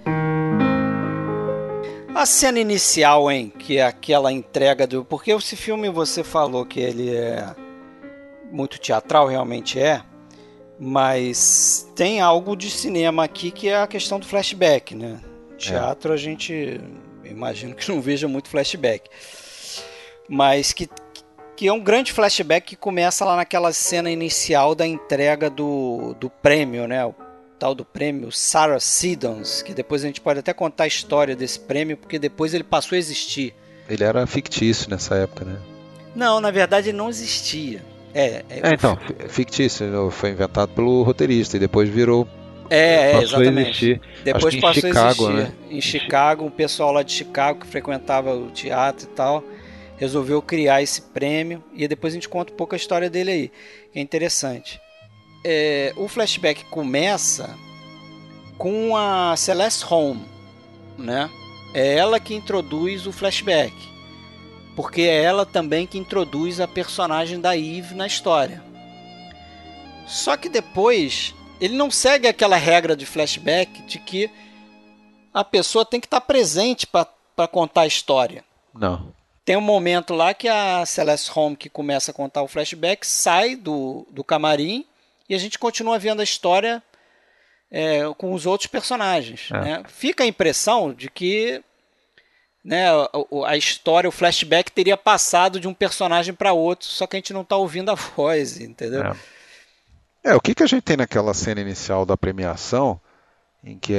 A cena inicial, hein? Que é aquela entrega do... Porque esse filme você falou que ele é muito teatral, realmente é. Mas tem algo de cinema aqui que é a questão do flashback, né? Teatro a gente... imagino que não veja muito flashback. Mas que é um grande flashback que começa lá naquela cena inicial da entrega do prêmio, né? O tal do prêmio Sarah Siddons, que depois a gente pode até contar a história desse prêmio, porque depois ele passou a existir. Ele era fictício nessa época, né? Não, na verdade ele não existia. Então, fictício, foi inventado pelo roteirista e depois virou... exatamente. A existir. Depois passou Chicago, a existir. Né? Em Chicago, um pessoal lá de Chicago que frequentava o teatro e tal, resolveu criar esse prêmio, e depois a gente conta um pouco a história dele aí, que é interessante. O flashback começa com a Celeste Holm, né? É ela que introduz o flashback, porque é ela também que introduz a personagem da Eve na história. Só que depois ele não segue aquela regra de flashback de que a pessoa tem que estar presente para contar a história. Não. Tem um momento lá que a Celeste Holm, que começa a contar o flashback, sai do camarim e a gente continua vendo a história com os outros personagens. Né? Fica a impressão de que, né, a história, o flashback teria passado de um personagem para outro, só que a gente não está ouvindo a voz, entendeu? O que a gente tem naquela cena inicial da premiação, em que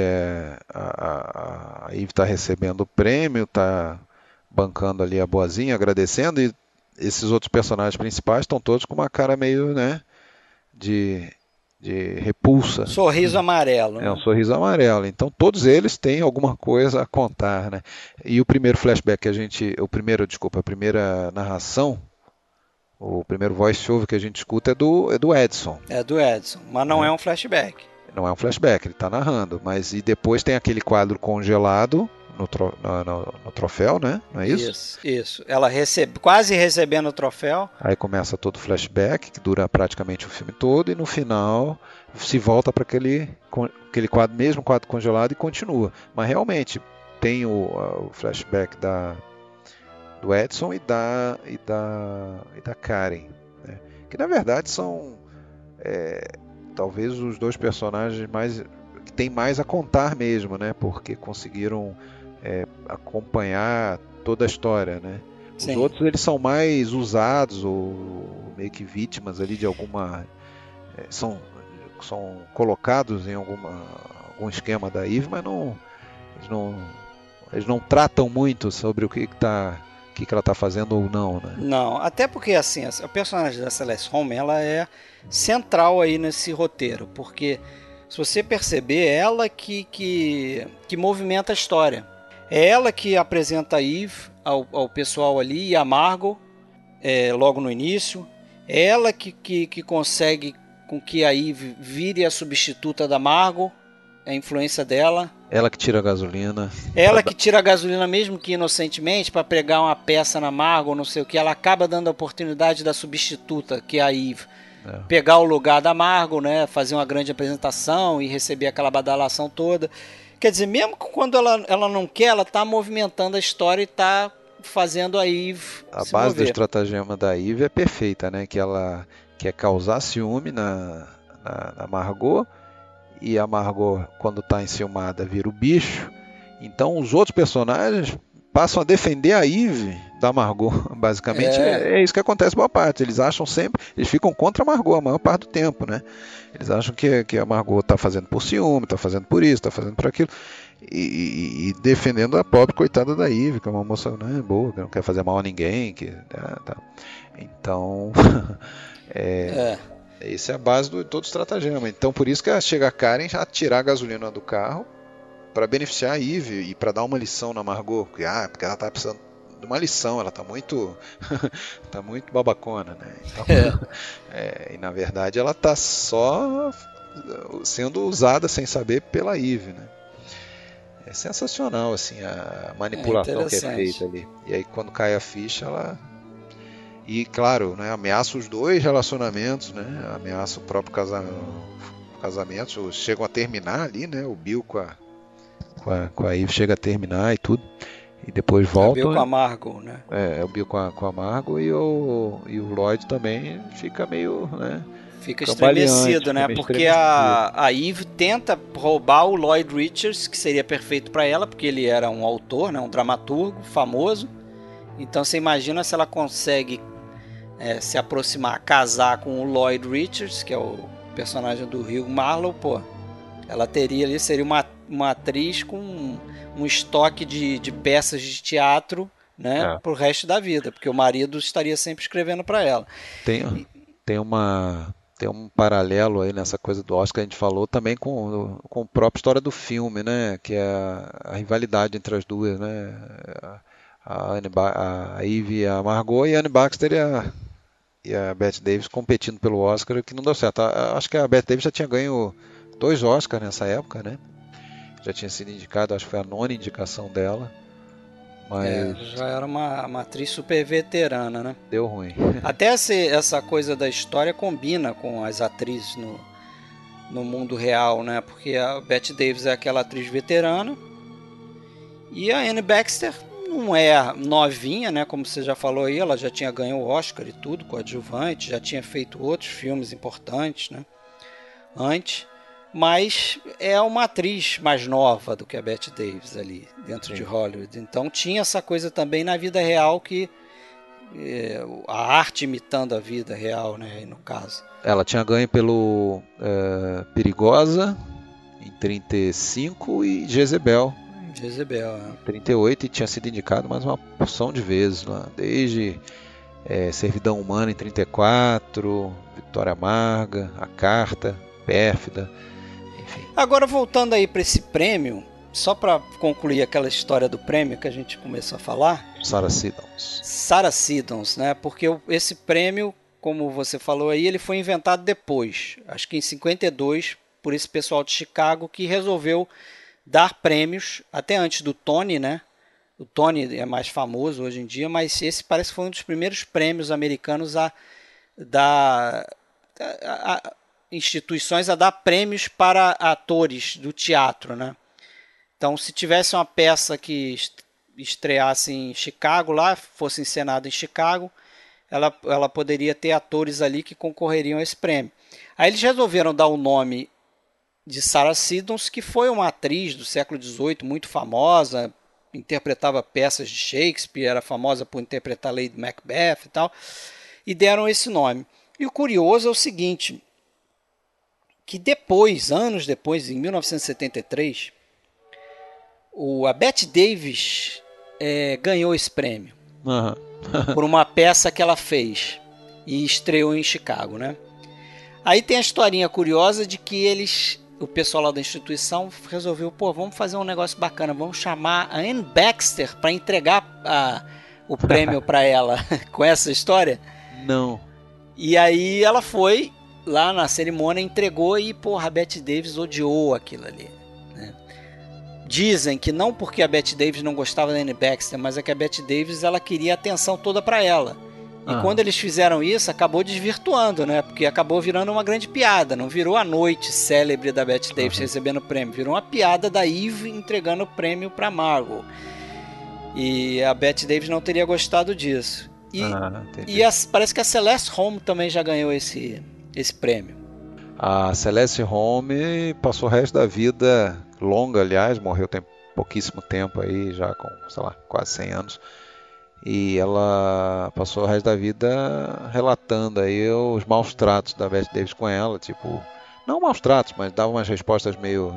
a Eve está recebendo o prêmio, está bancando ali a boazinha, agradecendo, e esses outros personagens principais estão todos com uma cara meio, né, de repulsa. Sorriso amarelo. Um sorriso amarelo. Então todos eles têm alguma coisa a contar, né? E o primeiro flashback a primeira narração, o primeiro voice-over que a gente escuta é do Edson. É do Edson, mas não é um flashback. Não é um flashback, ele está narrando. Mas e depois tem aquele quadro congelado no troféu, né? Não é isso? Isso. Ela quase recebendo o troféu. Aí começa todo o flashback, que dura praticamente o filme todo, e no final se volta para aquele quadro, mesmo quadro congelado, e continua. Mas realmente tem o flashback do Edson e da Karen, né? Que na verdade são talvez os dois personagens que tem mais a contar mesmo, né? Porque conseguiram acompanhar toda a história, né? Os outros eles são mais usados ou meio que vítimas ali de alguma... são colocados em algum esquema da Eve, mas eles não tratam muito sobre o que ela está fazendo ou não, né? Não, até porque assim, a personagem da Celeste Holm, ela é central aí nesse roteiro, porque se você perceber, é ela que movimenta a história. É ela que apresenta a Eve ao pessoal ali, e a Margot logo no início. É ela que consegue com que a Eve vire a substituta da Margot, a influência dela. Ela que tira a gasolina. Ela que tira a gasolina, mesmo que inocentemente, para pregar uma peça na Margot, não sei o que. Ela acaba dando a oportunidade da substituta, que é a Eve, pegar o lugar da Margot, né, fazer uma grande apresentação e receber aquela badalação toda. Quer dizer, mesmo quando ela não quer, ela está movimentando a história e está fazendo a Eve A se base mover. do estratagema da Eve é perfeita, né? Que ela quer causar ciúme na na Margot, e a Margot, quando está enciumada, vira o bicho. Então os outros personagens passam a defender a Eve da Margot. Basicamente é isso que acontece boa parte. Eles acham sempre, eles ficam contra a Margot a maior parte do tempo, né? Eles acham que a Margot está fazendo por ciúme, está fazendo por isso, está fazendo por aquilo. E defendendo a pobre coitada da Eve, que é uma moça, né, boa, que não quer fazer mal a ninguém. Tá. Então, essa é a base de todo o estratagema. Então, por isso que chega a Karen a tirar a gasolina do carro para beneficiar a Eve e para dar uma lição na Margot, porque ela está precisando de uma lição, ela está muito tá muito babacona, né? Então, e na verdade ela está só sendo usada sem saber pela Eve, né? É sensacional assim a manipulação que é feita ali. E aí quando cai a ficha, ela e claro, né, ameaça os dois relacionamentos, né? Ameaça o próprio casamento, chegam a terminar ali, né? O Bill com a Eve chega a terminar e tudo. E depois volta. O Bill com a Margot, né? O Bill com a Margot e o Lloyd também fica meio, né? Fica estremecido, né? Porque a Eve tenta roubar o Lloyd Richards, que seria perfeito para ela, porque ele era um autor, né? Um dramaturgo famoso. Então você imagina se ela consegue se aproximar, casar com o Lloyd Richards, que é o personagem do Hugh Marlowe, pô. Ela teria ali, seria uma atriz com um estoque de peças de teatro, né, pro resto da vida, porque o marido estaria sempre escrevendo para ela. Tem um paralelo aí nessa coisa do Oscar que a gente falou também com a própria história do filme, né, que é a rivalidade entre as duas, né, a Eve e a Margot, e a Anne Baxter e a Bette Davis competindo pelo Oscar, que não deu certo. Acho que a Bette Davis já tinha ganho 2 Oscars nessa época, né? Já tinha sido indicado, acho que foi a 9ª indicação dela. Mas já era uma atriz super veterana, né? Deu ruim. Até essa coisa da história combina com as atrizes no mundo real, né? Porque a Bette Davis é aquela atriz veterana e a Anne Baxter não é novinha, né? Como você já falou aí, ela já tinha ganho o Oscar e tudo, coadjuvante, já tinha feito outros filmes importantes, né? Antes. Mas é uma atriz mais nova do que a Bette Davis ali dentro de Hollywood. Então tinha essa coisa também na vida real, que a arte imitando a vida real, né, no caso. Ela tinha ganho pelo Perigosa em 35 e Jezebel em 38, e tinha sido indicado mais uma porção de vezes lá, desde Servidão Humana em 34, Vitória Amarga, A Carta, Pérfida. Agora, voltando aí para esse prêmio, só para concluir aquela história do prêmio que a gente começou a falar. Sarah Siddons, né? Porque esse prêmio, como você falou aí, ele foi inventado depois, acho que em 52, por esse pessoal de Chicago que resolveu dar prêmios, até antes do Tony, né? O Tony é mais famoso hoje em dia, mas esse parece que foi um dos primeiros prêmios americanos a instituições a dar prêmios para atores do teatro, né? Então, se tivesse uma peça que estreasse em Chicago, lá fosse encenada em Chicago, ela poderia ter atores ali que concorreriam a esse prêmio. Aí eles resolveram dar o nome de Sarah Siddons, que foi uma atriz do século XVIII muito famosa, interpretava peças de Shakespeare, era famosa por interpretar Lady Macbeth e tal, e deram esse nome. E o curioso é o seguinte, que depois, anos depois, em 1973, a Bette Davis ganhou esse prêmio por uma peça que ela fez e estreou em Chicago, né? Aí tem a historinha curiosa de que o pessoal lá da instituição resolveu, vamos fazer um negócio bacana, vamos chamar a Anne Baxter para entregar o prêmio para ela com essa história. Não. E aí ela foi lá na cerimônia, entregou e, a Bette Davis odiou aquilo ali, né? Dizem que não porque a Bette Davis não gostava da Anne Baxter, mas é que a Bette Davis ela queria a atenção toda para ela. E quando eles fizeram isso, acabou desvirtuando, né? Porque acabou virando uma grande piada. Não virou a noite célebre da Bette Davis recebendo o prêmio. Virou uma piada da Eve entregando o prêmio para Margot. E a Bette Davis não teria gostado disso. E parece que a Celeste Holm também já ganhou esse prêmio. A Celeste Holm passou o resto da vida, longa aliás, morreu tem pouquíssimo tempo aí, já com, sei lá, quase 100 anos. E ela passou o resto da vida relatando aí os maus tratos da Bette Davis com ela, tipo, não maus tratos, mas dava umas respostas meio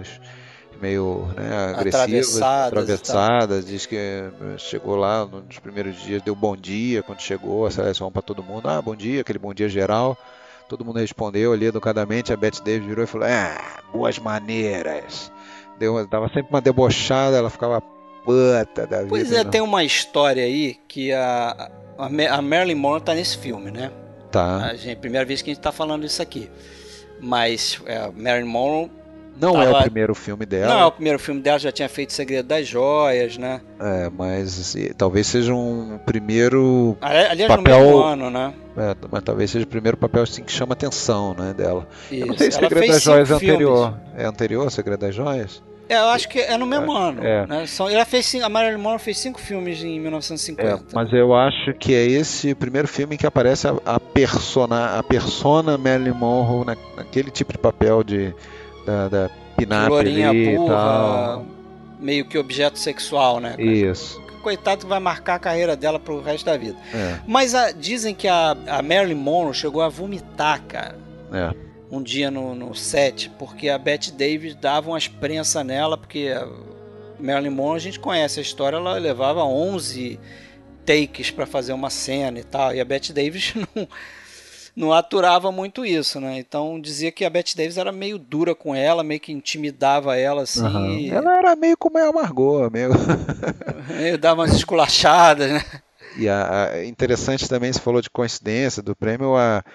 né, agressivas, atravessadas. Diz que chegou lá nos primeiros dias, deu bom dia quando chegou, a Celeste Holm para todo mundo, bom dia, aquele bom dia geral. Todo mundo respondeu ali educadamente, a Bette Davis virou e falou, boas maneiras. Dava sempre uma debochada, ela ficava puta da vida. Pois é, tem uma história aí que a Marilyn Monroe tá nesse filme, né? Tá. Primeira vez que a gente tá falando isso aqui. Mas a Marilyn Monroe... Não é o primeiro filme dela. Não é o primeiro filme dela, já tinha feito Segredo das Joias, né? Mas assim, talvez seja um primeiro aliás, papel... no mesmo ano, né? Mas talvez seja o primeiro papel assim, que chama atenção, né, dela. Isso. Eu não sei se Ela Segredo das Joias é filmes. anterior. É anterior a Segredo das Joias? Eu acho que é no mesmo ano. É. Né? A Marilyn Monroe fez 5 filmes em 1950. Mas eu acho que é esse primeiro filme em que aparece a persona Marilyn Monroe naquele tipo de papel da pin-up Florinha ali burra, e tal. meio que objeto sexual, né? Isso. Coitado que vai marcar a carreira dela pro resto da vida. Mas dizem que a Marilyn Monroe chegou a vomitar, cara. Um dia no set, porque a Bette Davis dava umas prensas nela, porque a Marilyn Monroe, a gente conhece a história, ela levava 11 takes para fazer uma cena e tal, e a Bette Davis não aturava muito isso, né? Então dizia que a Bette Davis era meio dura com ela, meio que intimidava ela, assim. Uhum. Ela era meio como a Margot, meio... dava umas esculachadas, né? E interessante também, você falou de coincidência do prêmio,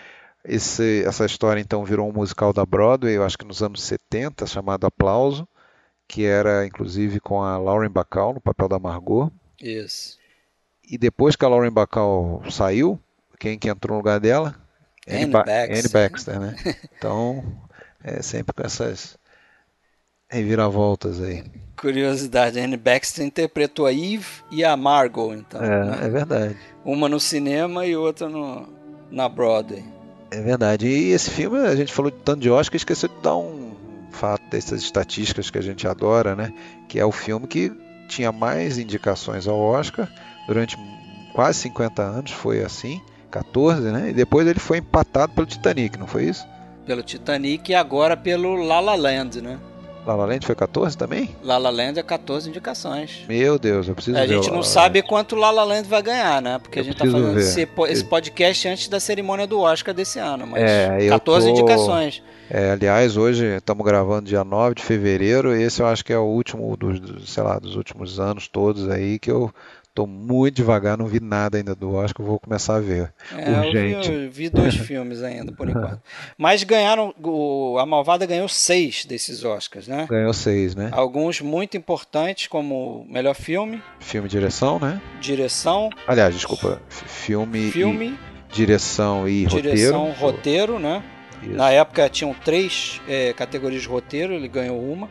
essa história então virou um musical da Broadway, eu acho que nos anos 70, chamado Aplauso, que era inclusive com a Lauren Bacall no papel da Margot. Isso. E depois que a Lauren Bacall saiu, quem que entrou no lugar dela? Anne Baxter, né? Então, sempre com essas reviravoltas aí. Curiosidade, a Anne Baxter interpretou a Eve e a Margot, então. Né? É verdade. Uma no cinema e outra na Broadway. É verdade. E esse filme, a gente falou de tanto de Oscar, esqueceu de dar um fato dessas estatísticas que a gente adora, né? Que é o filme que tinha mais indicações ao Oscar durante quase 50 anos, foi assim. 14, né? E depois ele foi empatado pelo Titanic, não foi isso? Pelo Titanic e agora pelo La La Land, né? La La Land foi 14 também? La La Land é 14 indicações. Meu Deus, eu preciso ver. A gente não sabe quanto La La Land vai ganhar, né? Porque a gente tá fazendo esse podcast antes da cerimônia do Oscar desse ano, mas 14 indicações. Aliás, hoje estamos gravando dia 9 de fevereiro, e esse eu acho que é o último dos últimos anos todos aí que eu tô muito devagar, não vi nada ainda do Oscar, vou começar a ver. Urgente. Eu vi 2 filmes ainda, por enquanto. Mas ganharam, a Malvada ganhou 6 desses Oscars, né? Ganhou 6, né? Alguns muito importantes, como melhor filme. Filme e direção, né? Direção. Aliás, desculpa, filme direção e roteiro, né? Isso. Na época tinham 3 categorias de roteiro, ele ganhou uma.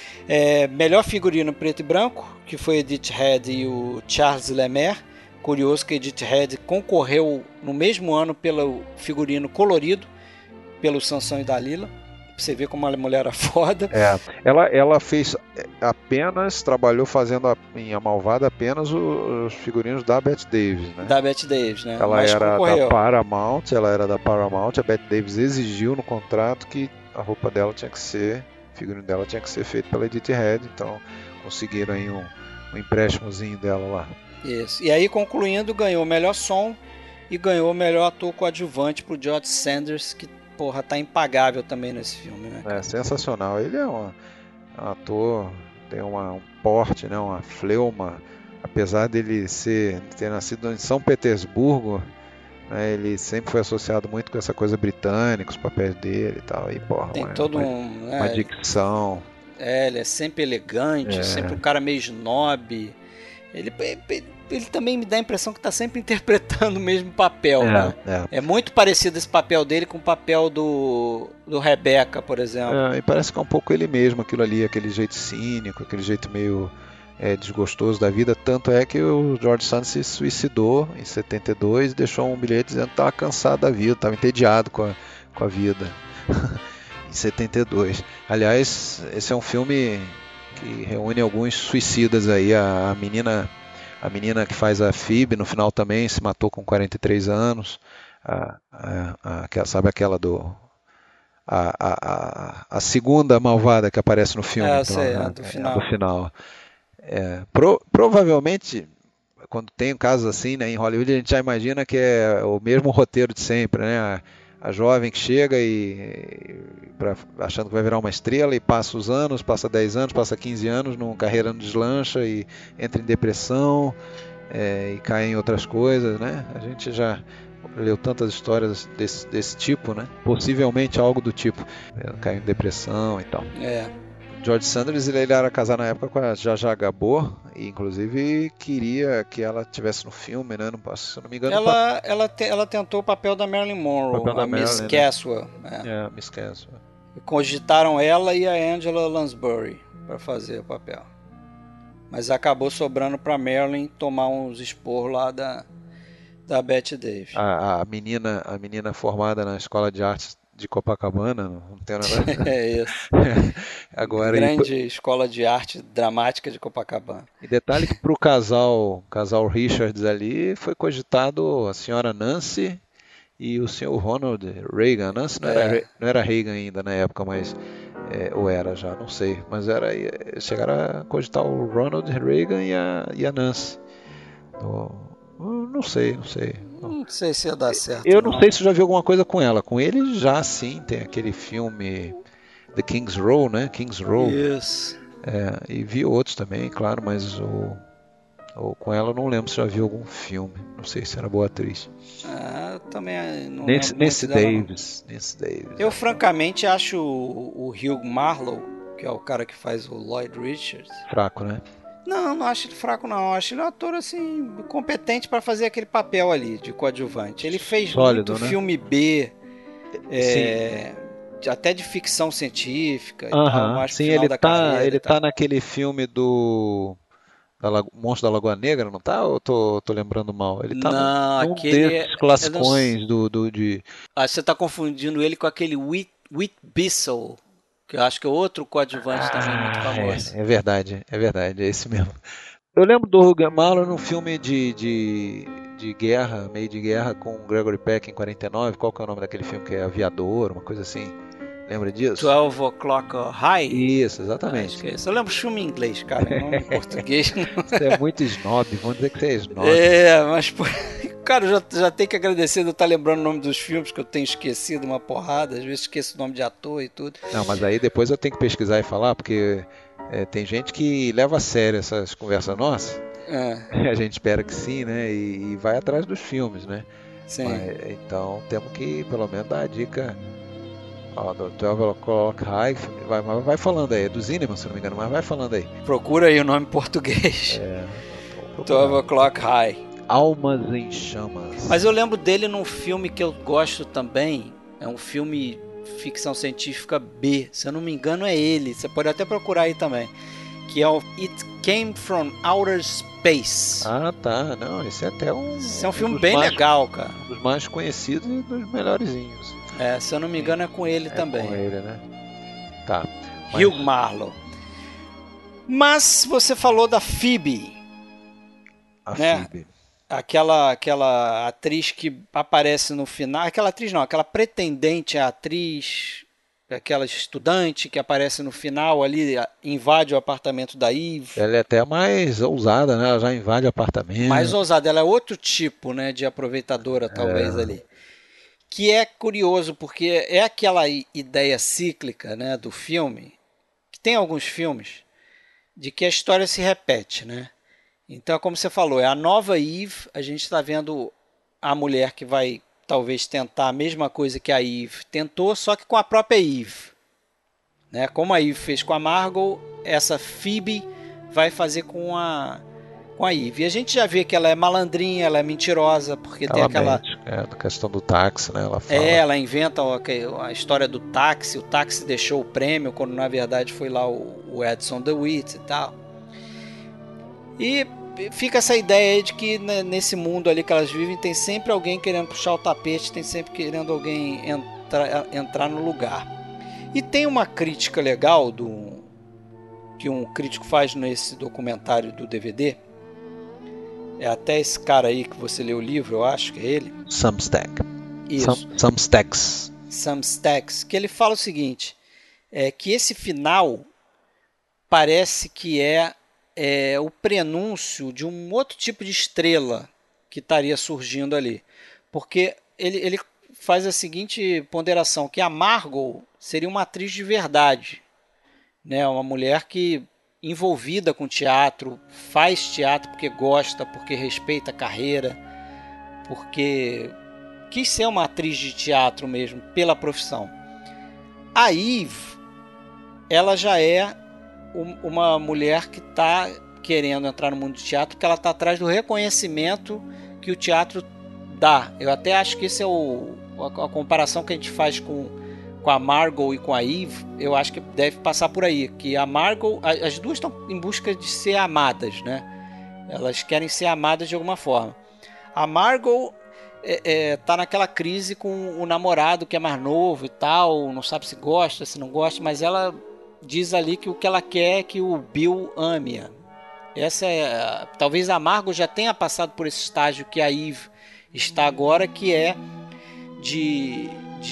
Melhor figurino preto e branco, que foi Edith Head e o Charles Lemaire. Curioso que Edith Head concorreu no mesmo ano pelo figurino colorido, pelo Sansão e Dalila. Você vê como a mulher era foda. Ela fez trabalhou fazendo em A Malvada apenas os figurinos da Bette Davis, né? Da Bette Davis, né? Ela era da Paramount, a Bette Davis exigiu no contrato que a roupa dela tinha que ser, o figurino dela tinha que ser feito pela Edith Head, então conseguiram aí um empréstimozinho dela lá. Isso. E aí, concluindo, ganhou o melhor som e ganhou o melhor ator coadjuvante pro George Sanders, que porra, tá impagável também nesse filme, né? É sensacional. Ele é um ator, tem um porte, né? Uma fleuma. Apesar dele ter nascido em São Petersburgo, né? Ele sempre foi associado muito com essa coisa britânica, os papéis dele e tal. E, porra, tem uma dicção. Ele é sempre elegante, sempre um cara meio snob. Ele também me dá a impressão que está sempre interpretando o mesmo papel, né? É muito parecido esse papel dele com o papel do Rebecca, por exemplo. E parece que é um pouco ele mesmo, aquilo ali, aquele jeito cínico, aquele jeito meio desgostoso da vida. Tanto é que o George Sanders se suicidou em 72 e deixou um bilhete dizendo que estava cansado da vida, estava entediado com a vida. em 72. Aliás, esse é um filme que reúne alguns suicidas aí. A menina que faz a Phoebe no final também se matou com 43 anos. Sabe aquela a segunda malvada que aparece no filme, eu sei, do final. Do final. Provavelmente, quando tem casos assim, né, em Hollywood, a gente já imagina que é o mesmo roteiro de sempre, né? A jovem que chega achando que vai virar uma estrela e passa os anos, passa 10 anos, passa 15 anos, numa carreira não deslancha e entra em depressão e cai em outras coisas, né? A gente já leu tantas histórias desse tipo, né? Possivelmente algo do tipo. Caiu em depressão e tal. George Sanders, ele era casado na época com a Zsa Zsa Gabor e inclusive queria que ela estivesse no filme, né? Se eu não me engano. Ela tentou o papel da Marilyn Monroe, a Miss Caswell. Miss Caswell. Cogitaram ela e a Angela Lansbury para fazer o papel. Mas acabou sobrando para Marilyn tomar uns esporros lá da Bette Davis. A menina formada na Escola de Artes de Copacabana, não tem nada. É isso. Agora, grande escola de arte dramática de Copacabana. E detalhe que para o casal Richards ali foi cogitado a senhora Nancy e o senhor Ronald Reagan. Nancy não era Reagan ainda na época, mas ou era já, não sei. Mas chegaram a cogitar o Ronald Reagan e a Nancy. Não sei. Não sei se ia dar certo. Eu não sei se eu já vi alguma coisa com ela. Com ele já sim, tem aquele filme The King's Row, né? King's Row. Isso. E vi outros também, claro, mas com ela eu não lembro se já vi algum filme. Não sei se era boa atriz. Eu também não Nancy lembro. Davis. Eu francamente acho o Hugh Marlowe, que é o cara que faz o Lloyd Richards, fraco, né? Não acho ele fraco, não. Acho ele um ator, assim, competente para fazer aquele papel ali, de coadjuvante. Ele fez sólido, muito né? Filme B, até de ficção científica e tal. Acho sim, que final da carreira ele tá naquele filme do Monstro da Lagoa Negra, não tá? Ou tô lembrando mal? Ele tá num desses classicões de... Acho que você tá confundindo ele com aquele Whit Bissell, que eu acho que é outro coadjuvante também muito famoso. É verdade, é esse mesmo. Eu lembro do Hugh Marlowe num filme de guerra, meio de guerra, com o Gregory Peck em 49. Qual que é o nome daquele filme que é Aviador, uma coisa assim? Lembra disso? 12 O'Clock High? Isso, exatamente. Acho que é isso. Eu lembro filme em inglês, cara, nome em português. Você é muito snob, vamos dizer que você é snob. Mas pô, cara, eu já tenho que agradecer de eu estar lembrando o nome dos filmes, que eu tenho esquecido uma porrada, às vezes esqueço o nome de ator e tudo. Não, mas aí depois eu tenho que pesquisar e falar, porque tem gente que leva a sério essas conversas nossas. A gente espera que sim, né? E vai atrás dos filmes, né? Sim. Então temos que pelo menos dar a dica. Do 12 O'Clock High, vai falando aí, é do Zinnemann, se não me engano, mas vai falando aí. Procura aí o nome em português. 12 O'Clock High. Almas em Chamas. Mas eu lembro dele num filme que eu gosto também, é um filme ficção científica B, se eu não me engano é ele, você pode até procurar aí também, que é o It Came From Outer Space. Tá, não, esse é até esse é um filme bem legal, cara. Um dos mais conhecidos e dos melhorzinhos. Se eu não me engano é com ele também. Com ele, né? Tá. Hugh Marlowe. Mas você falou da Phoebe. Phoebe. Aquela atriz que aparece no final. Aquela atriz não, aquela pretendente atriz, aquela estudante que aparece no final ali, invade o apartamento da Eve. Ela é até mais ousada, né? Ela já invade o apartamento. Mais ousada, ela é outro tipo, né, de aproveitadora, talvez, ali. Que é curioso, porque é aquela ideia cíclica, né, do filme, que tem alguns filmes, de que a história se repete, né? Então, como você falou, é a nova Eve, a gente está vendo a mulher que vai talvez tentar a mesma coisa que a Eve tentou, só que com a própria Eve. Né? Como a Eve fez com a Margot, essa Phoebe vai fazer com a Eve. E a gente já vê que ela é malandrinha, ela é mentirosa, porque ela tem aquela... a questão do táxi, né? Ela fala. Ela inventa a história do táxi, o táxi deixou o prêmio, quando na verdade foi lá o Edson DeWitt e tal. E fica essa ideia aí de que nesse mundo ali que elas vivem, tem sempre alguém querendo puxar o tapete, tem sempre querendo alguém entrar no lugar. E tem uma crítica legal que um crítico faz nesse documentário do DVD. É até esse cara aí que você leu o livro, eu acho que é ele. Sam Stack. Isso. Sam Stacks. Sam Stacks, que ele fala o seguinte, que esse final parece que é o prenúncio de um outro tipo de estrela que estaria surgindo ali. Porque ele faz a seguinte ponderação, que a Margot seria uma atriz de verdade, né? Uma mulher que, envolvida com teatro, faz teatro porque gosta, porque respeita a carreira, porque quis ser uma atriz de teatro mesmo, pela profissão. A Eve, ela já é uma mulher que está querendo entrar no mundo do teatro, porque ela está atrás do reconhecimento que o teatro dá. Eu até acho que esse é a comparação que a gente faz com a Margot e com a Eve. Eu acho que deve passar por aí, que a Margot, as duas estão em busca de ser amadas, né? Elas querem ser amadas de alguma forma. A Margot tá naquela crise com o namorado que é mais novo e tal, não sabe se gosta, se não gosta, mas ela diz ali que o que ela quer é que o Bill ame-a. Talvez a Margot já tenha passado por esse estágio que a Eve está agora, que é de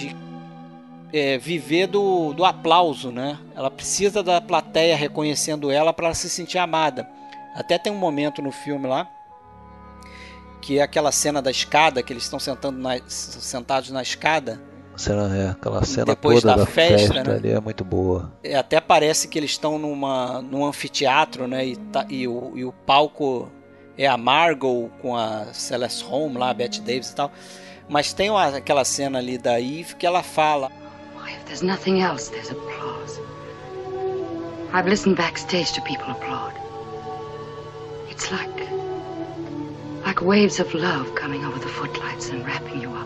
viver do aplauso, né? Ela precisa da plateia reconhecendo ela para ela se sentir amada. Até tem um momento no filme lá, que é aquela cena da escada, que eles estão sentados na escada. Aquela cena depois toda da festa, né? Ali é muito boa. Até parece que eles estão num anfiteatro, né? E o palco é a Margot com a Celeste Holm lá, a Bette Davis e tal. Mas tem aquela cena ali da Eve que ela fala: If there's nothing else, there's applause. I've listened backstage to people applaud. It's like waves of love coming over the footlights and wrapping you up.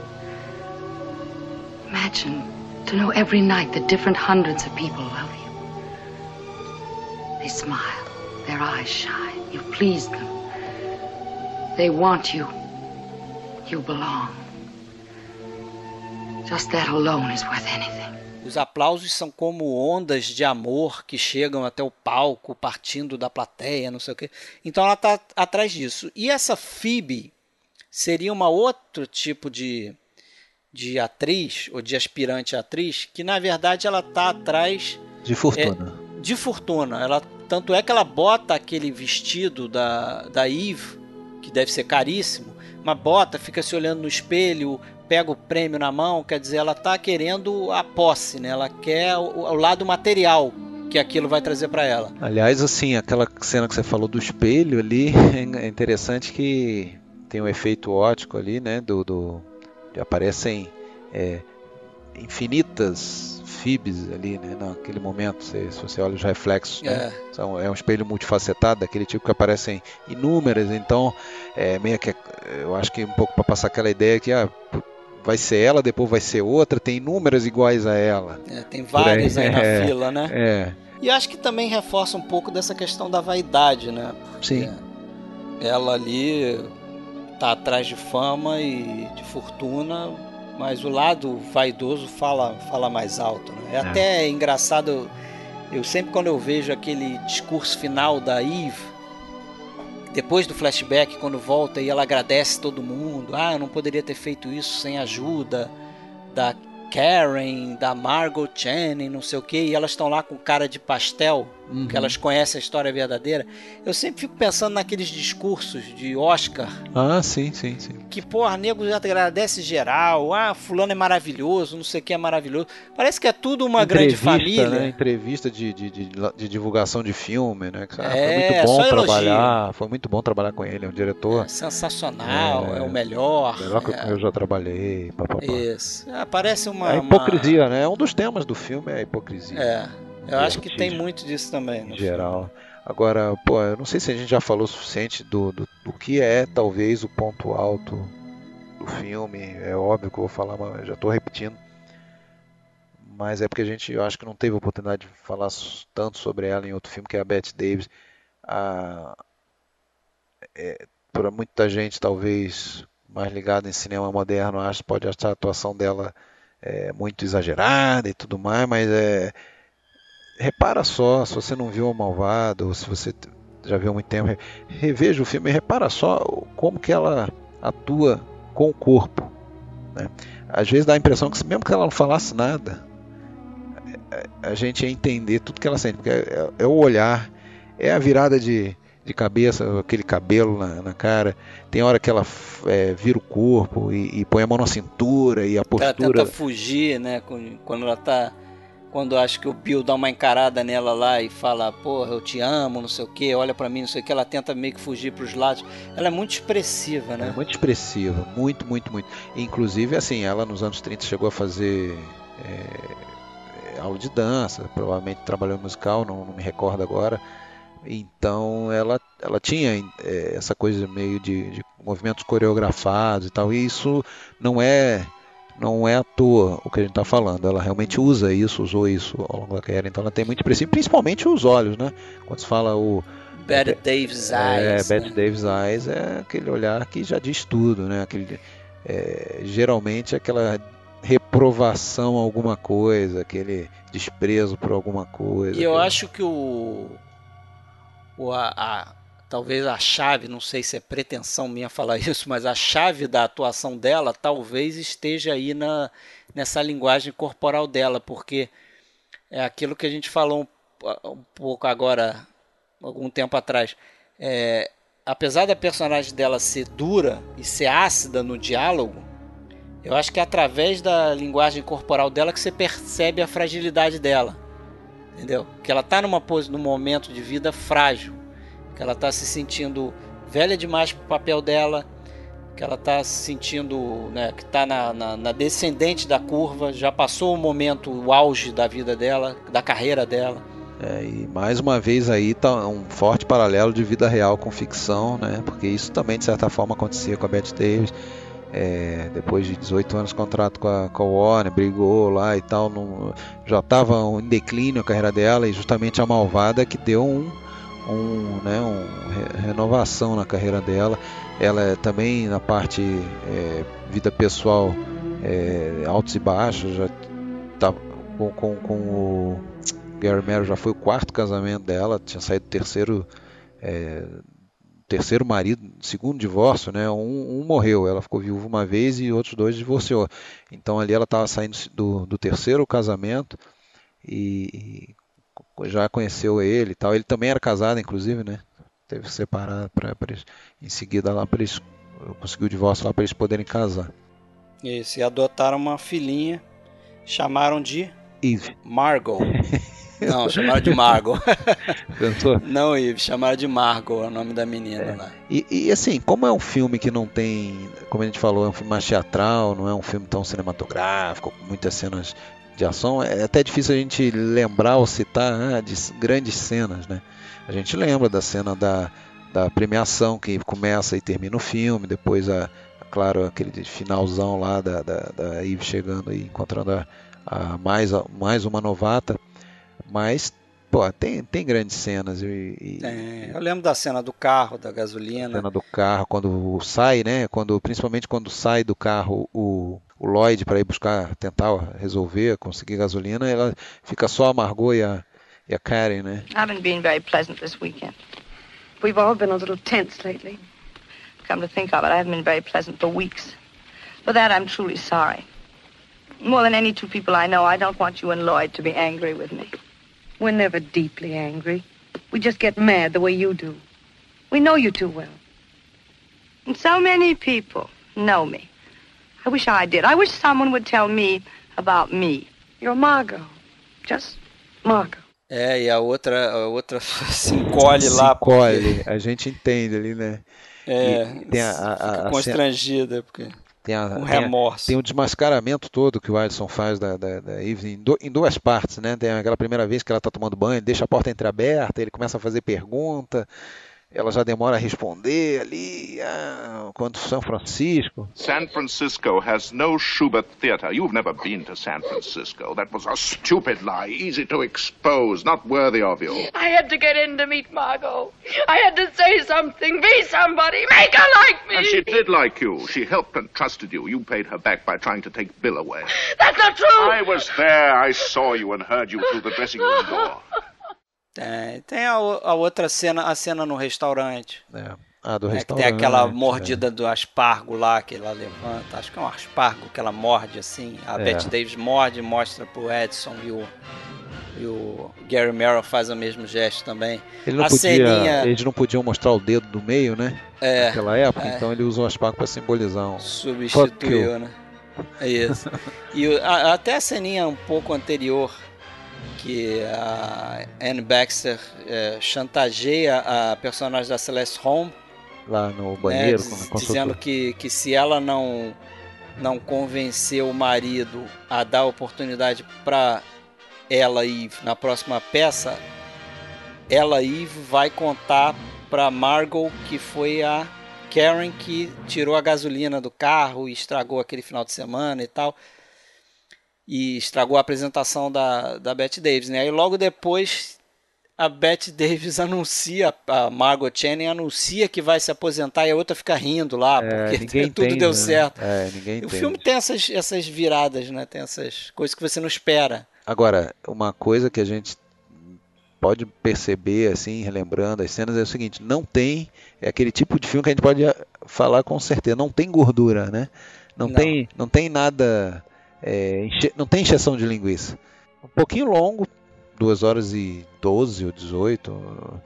Imagine to know every night that different hundreds of people love you. They smile, their eyes shine, you please them. They want you. You belong. Just that alone is worth anything. Os aplausos são como ondas de amor que chegam até o palco, partindo da plateia, não sei o quê. Então ela está atrás disso. E essa Phoebe seria uma outro tipo de atriz, ou de aspirante atriz, que na verdade ela está atrás de fortuna. De fortuna. Tanto é que ela bota aquele vestido da Eve, que deve ser caríssimo, mas bota, fica se olhando no espelho, pega o prêmio na mão, quer dizer, ela está querendo a posse, né? Ela quer o lado material que aquilo vai trazer para ela. Aliás, assim, aquela cena que você falou do espelho ali, é interessante que tem um efeito óptico ali, né? Aparecem infinitas Phoebes ali, né? Naquele momento, se você olha os reflexos, né? É um espelho multifacetado, daquele tipo que aparecem inúmeras, então meio que eu acho que um pouco para passar aquela ideia que vai ser ela, depois vai ser outra, tem inúmeras iguais a ela. Tem várias aí na fila, né? E acho que também reforça um pouco dessa questão da vaidade, né? Porque sim. Ela ali tá atrás de fama e de fortuna, mas o lado vaidoso fala mais alto, né? Até engraçado, eu sempre quando eu vejo aquele discurso final da Eve, depois do flashback, quando volta e ela agradece todo mundo, eu não poderia ter feito isso sem a ajuda da Karen, da Margot Channing, não sei o que, e elas estão lá com cara de pastel, que elas conhecem a história verdadeira. Eu sempre fico pensando naqueles discursos de Oscar. Sim. Que, nego já agradece geral, fulano é maravilhoso, não sei o que é maravilhoso. Parece que é tudo uma grande família. Né? Entrevista de divulgação de filme, né? Foi muito bom trabalhar com ele, é um diretor sensacional, é o melhor. Melhor que eu já trabalhei. Isso. Parece uma... A hipocrisia, né? Um dos temas do filme é a hipocrisia. Eu acho que tem muito disso também. Em geral. Agora, eu não sei se a gente já falou o suficiente do que é talvez o ponto alto do filme. É óbvio que eu vou falar, mas eu já estou repetindo. Mas é porque eu acho que não teve a oportunidade de falar tanto sobre ela em outro filme, que é a Bette Davis. Para muita gente, talvez mais ligada em cinema moderno, pode achar a atuação dela muito exagerada e tudo mais, mas repara só, se você não viu O Malvado, ou se você já viu há muito tempo, reveja o filme e repara só como que ela atua com o corpo, né? Às vezes dá a impressão que mesmo que ela não falasse nada, a gente ia entender tudo que ela sente, porque é o olhar, é a virada de cabeça, aquele cabelo na cara. Tem hora que ela vira o corpo e põe a mão na cintura e a postura. Ela tenta fugir, né? Quando ela tá. Quando acho que o Bill dá uma encarada nela lá e fala, porra, eu te amo, não sei o que, olha pra mim, não sei o que, ela tenta meio que fugir pros lados. Ela é muito expressiva, né? É muito expressiva, muito, muito, muito. Inclusive, assim, ela nos anos 30 chegou a fazer aula de dança, provavelmente trabalhou em musical, não me recordo agora. Então ela tinha essa coisa meio de movimentos coreografados e tal, e isso não é à toa o que a gente está falando. Ela realmente usou isso ao longo da carreira, então ela tem muito expressivo, principalmente os olhos, né? Quando se fala o Bette Davis Eyes, Bette Davis Eyes é aquele olhar que já diz tudo, né? Geralmente aquela reprovação a alguma coisa, aquele desprezo por alguma coisa. E eu acho que talvez a chave, não sei se é pretensão minha falar isso, mas a chave da atuação dela talvez esteja aí nessa linguagem corporal dela, porque é aquilo que a gente falou um pouco agora, algum tempo atrás. Apesar da personagem dela ser dura e ser ácida no diálogo, eu acho que é através da linguagem corporal dela que você percebe a fragilidade dela. Entendeu? Que ela está num momento de vida frágil, que ela está se sentindo velha demais para o papel dela, que ela está se sentindo, né, que está na descendente da curva, já passou o auge da vida dela, da carreira dela. E mais uma vez aí está um forte paralelo de vida real com ficção, né? Porque isso também de certa forma acontecia com a Bette Davis. Depois de 18 anos de contrato com a Warner, brigou lá e tal, já estava em declínio a carreira dela, e justamente A Malvada que deu uma renovação na carreira dela. Ela também na parte vida pessoal, altos e baixos, já tá com o Gary Merrill, já foi o 4º casamento dela, tinha saído do terceiro marido, segundo divórcio, né? Um morreu, ela ficou viúva uma vez e outros 2 divorciou. Então ali ela estava saindo do 3º casamento e já conheceu ele e tal. Ele também era casado, inclusive, né? Teve que separar em seguida lá para eles conseguir o divórcio lá para eles poderem casar. Isso, e adotaram uma filhinha, chamaram de Eve. Margot. Não, chamaram de Margot. Pensou? Não, Eve, chamaram de Margot, é o nome da menina lá. E assim, como é um filme que não tem, como a gente falou, é um filme mais teatral, não é um filme tão cinematográfico, com muitas cenas de ação, é até difícil a gente lembrar ou citar de grandes cenas, né? A gente lembra da cena da premiação que começa e termina o filme, depois, claro, aquele finalzão lá da Eve chegando e encontrando mais uma novata. Mas, tem grandes cenas. Eu lembro da cena do carro, da gasolina. A cena do carro, quando sai, né? Principalmente quando sai do carro o Lloyd para ir tentar resolver, conseguir gasolina, ela fica só a Margot e a Karen, né? I haven't been very pleasant this weekend. We've all been a little tense lately. Come to think of it, I haven't been very pleasant for weeks. For that, I'm truly sorry. More than any 2 people I know, I don't want you and Lloyd to be angry with me. We're never deeply angry. We just get mad the way you do. We know you too well. And so many people know me. I wish I did. I wish someone would tell me about me. You're Margot. Just Margot. E a outra se encolhe lá. Se encolhe, a gente entende ali, né? Fica constrangida, porque... Tem remorso. Tem o desmascaramento todo que o Addison faz da Eve em 2 partes, né? Tem aquela primeira vez que ela está tomando banho, deixa a porta entreaberta, ele começa a fazer pergunta, ela já demora a responder ali, quanto São Francisco. San Francisco has no Schubert Theater. You've never been to San Francisco. That was a stupid lie, easy to expose, not worthy of you. I had to get in to meet Margot. I had to say something, be somebody, make her like me. And she did like you. She helped and trusted you. You paid her back by trying to take Bill away. That's not true. I was there. I saw you and heard you through the dressing room door. Tem a outra cena, a cena no restaurante. Do restaurante. Que tem aquela mordida do aspargo lá que ela levanta. Acho que é um aspargo que ela morde assim. A Bette Davis morde e mostra pro Edson e o Gary Merrill faz o mesmo gesto também. Eles não podiam mostrar o dedo do meio, né? Naquela época, então ele usou o aspargo para simbolizar um... Substituiu, né? É isso. E até a ceninha um pouco anterior, que a Anne Baxter chantageia a personagem da Celeste Holm lá no banheiro, dizendo que se ela não convencer o marido a dar oportunidade para ela ir na próxima peça, ela aí vai contar para Margot que foi a Karen que tirou a gasolina do carro e estragou aquele final de semana e tal. E estragou a apresentação da Bette Davis, né? Aí logo depois a Bette Davis anuncia, a Margot Channing anuncia que vai se aposentar e a outra fica rindo lá, porque tudo deu certo. Ninguém o filme tem essas viradas, né? Tem essas coisas que você não espera. Agora, uma coisa que a gente pode perceber, assim, relembrando as cenas, é o seguinte, é aquele tipo de filme que a gente pode falar com certeza, não tem gordura, né? Não tem nada... não tem encheção de linguiça. Um pouquinho longo, 2h12 ou 18,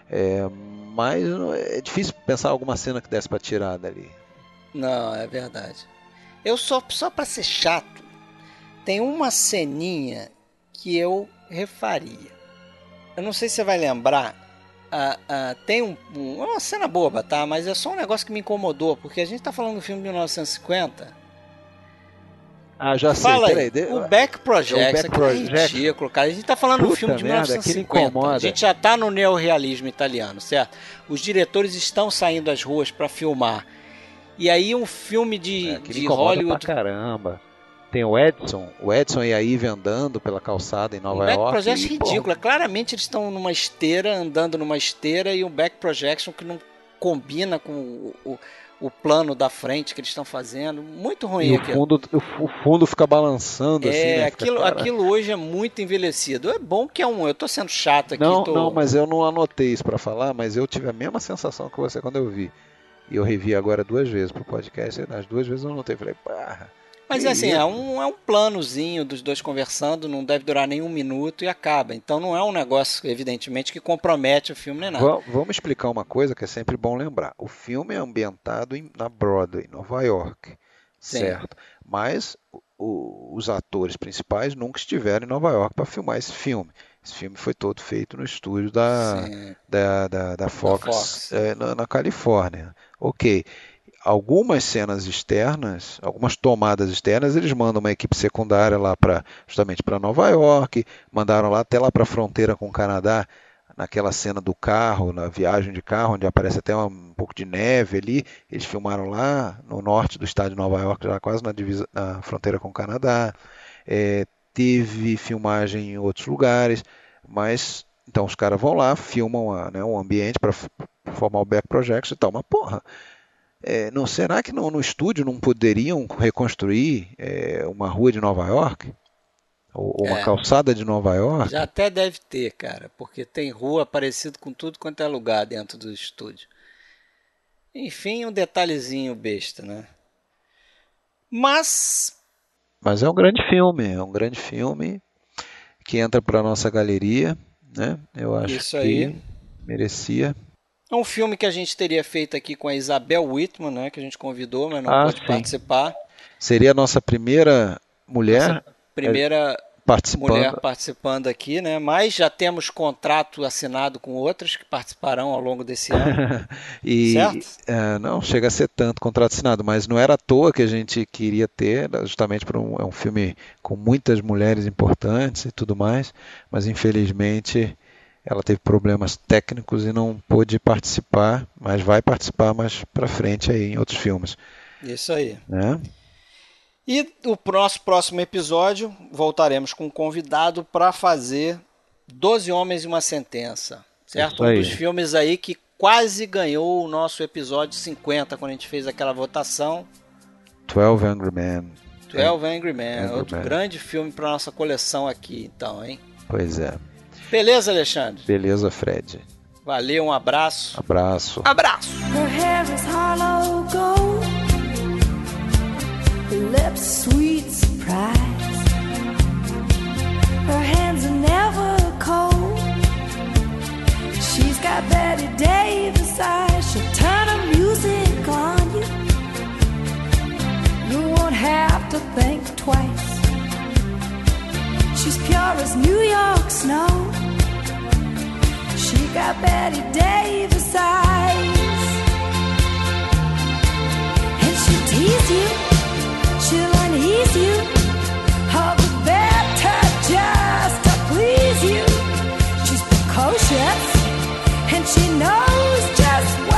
mas é difícil pensar alguma cena que desse para tirar dali. Não, é verdade. Eu só para ser chato, tem uma ceninha que eu refaria. Eu não sei se você vai lembrar, tem uma cena boba, tá? Mas é só um negócio que me incomodou, porque a gente tá falando do filme de 1950... já sei. Fala aí, o Back Project, é ridículo, cara. A gente tá falando do filme de 1950. A gente já tá no neorrealismo italiano, certo? Os diretores estão saindo às ruas para filmar. E aí um filme de Hollywood... pra caramba. Tem o Edson e a Ivy andando pela calçada em Nova York. O Back Project é ridículo. Claramente eles estão numa esteira, andando numa esteira, e um Back Projection que não combina com o plano da frente que eles estão fazendo, muito ruim. E o fundo fica balançando assim, né? Aquilo hoje é muito envelhecido. É bom que eu tô sendo chato aqui. Não, mas eu não anotei isso para falar, mas eu tive a mesma sensação que você quando eu vi. E eu revi agora 2 vezes pro podcast, e nas 2 vezes eu anotei, falei, mas assim, é um planozinho dos dois conversando, não deve durar nem 1 minuto e acaba. Então não é um negócio, evidentemente, que compromete o filme nem nada. Vamos explicar uma coisa que é sempre bom lembrar. O filme é ambientado na Broadway, Nova York, certo? Mas os atores principais nunca estiveram em Nova York para filmar esse filme. Esse filme foi todo feito no estúdio da Fox, na Califórnia. Ok. Algumas cenas externas, algumas tomadas externas, eles mandam uma equipe secundária lá justamente para Nova York, mandaram lá até lá para a fronteira com o Canadá, naquela cena do carro, na viagem de carro, onde aparece até um pouco de neve ali, eles filmaram lá no norte do estado de Nova York, já quase na fronteira com o Canadá. Teve filmagem em outros lugares, mas então os caras vão lá, filmam um ambiente para formar o Back Project e tal, mas porra, será que no estúdio não poderiam reconstruir uma rua de Nova York? Ou uma calçada de Nova York? Já até deve ter, cara, porque tem rua parecido com tudo quanto é lugar dentro do estúdio. Enfim, um detalhezinho besta, né? Mas é um grande filme, que entra para nossa galeria, né? Eu acho isso aí. Que merecia. É um filme que a gente teria feito aqui com a Isabel Whitman, né? Que a gente convidou, mas não pôde participar. Seria a nossa primeira mulher. Mulher participando aqui, né? Mas já temos contrato assinado com outras que participarão ao longo desse ano. Certo? Não chega a ser tanto contrato assinado, mas não era à toa que a gente queria ter, justamente por um filme com muitas mulheres importantes e tudo mais, mas infelizmente ela teve problemas técnicos e não pôde participar, mas vai participar mais para frente aí em outros filmes. Isso aí. Né? E o nosso próximo episódio, voltaremos com um convidado para fazer 12 Homens e uma Sentença. Certo? Um dos filmes aí que quase ganhou o nosso episódio 50, quando a gente fez aquela votação. 12 Angry Men. 12 Angry Men, outro grande filme para nossa coleção aqui, então, hein? Pois é. Beleza, Alexandre? Beleza, Fred. Valeu, um abraço. Abraço. Abraço. Her hair is hollow gold, her lips sweet surprise, her hands are never cold, she's got Betty Davis eyes, she'll turn her music on you, you won't have to think twice, she's pure as New York snow, she got Betty Davis eyes. And she'll tease you, she'll unease you, all the better just to please you. She's precocious, and she knows just what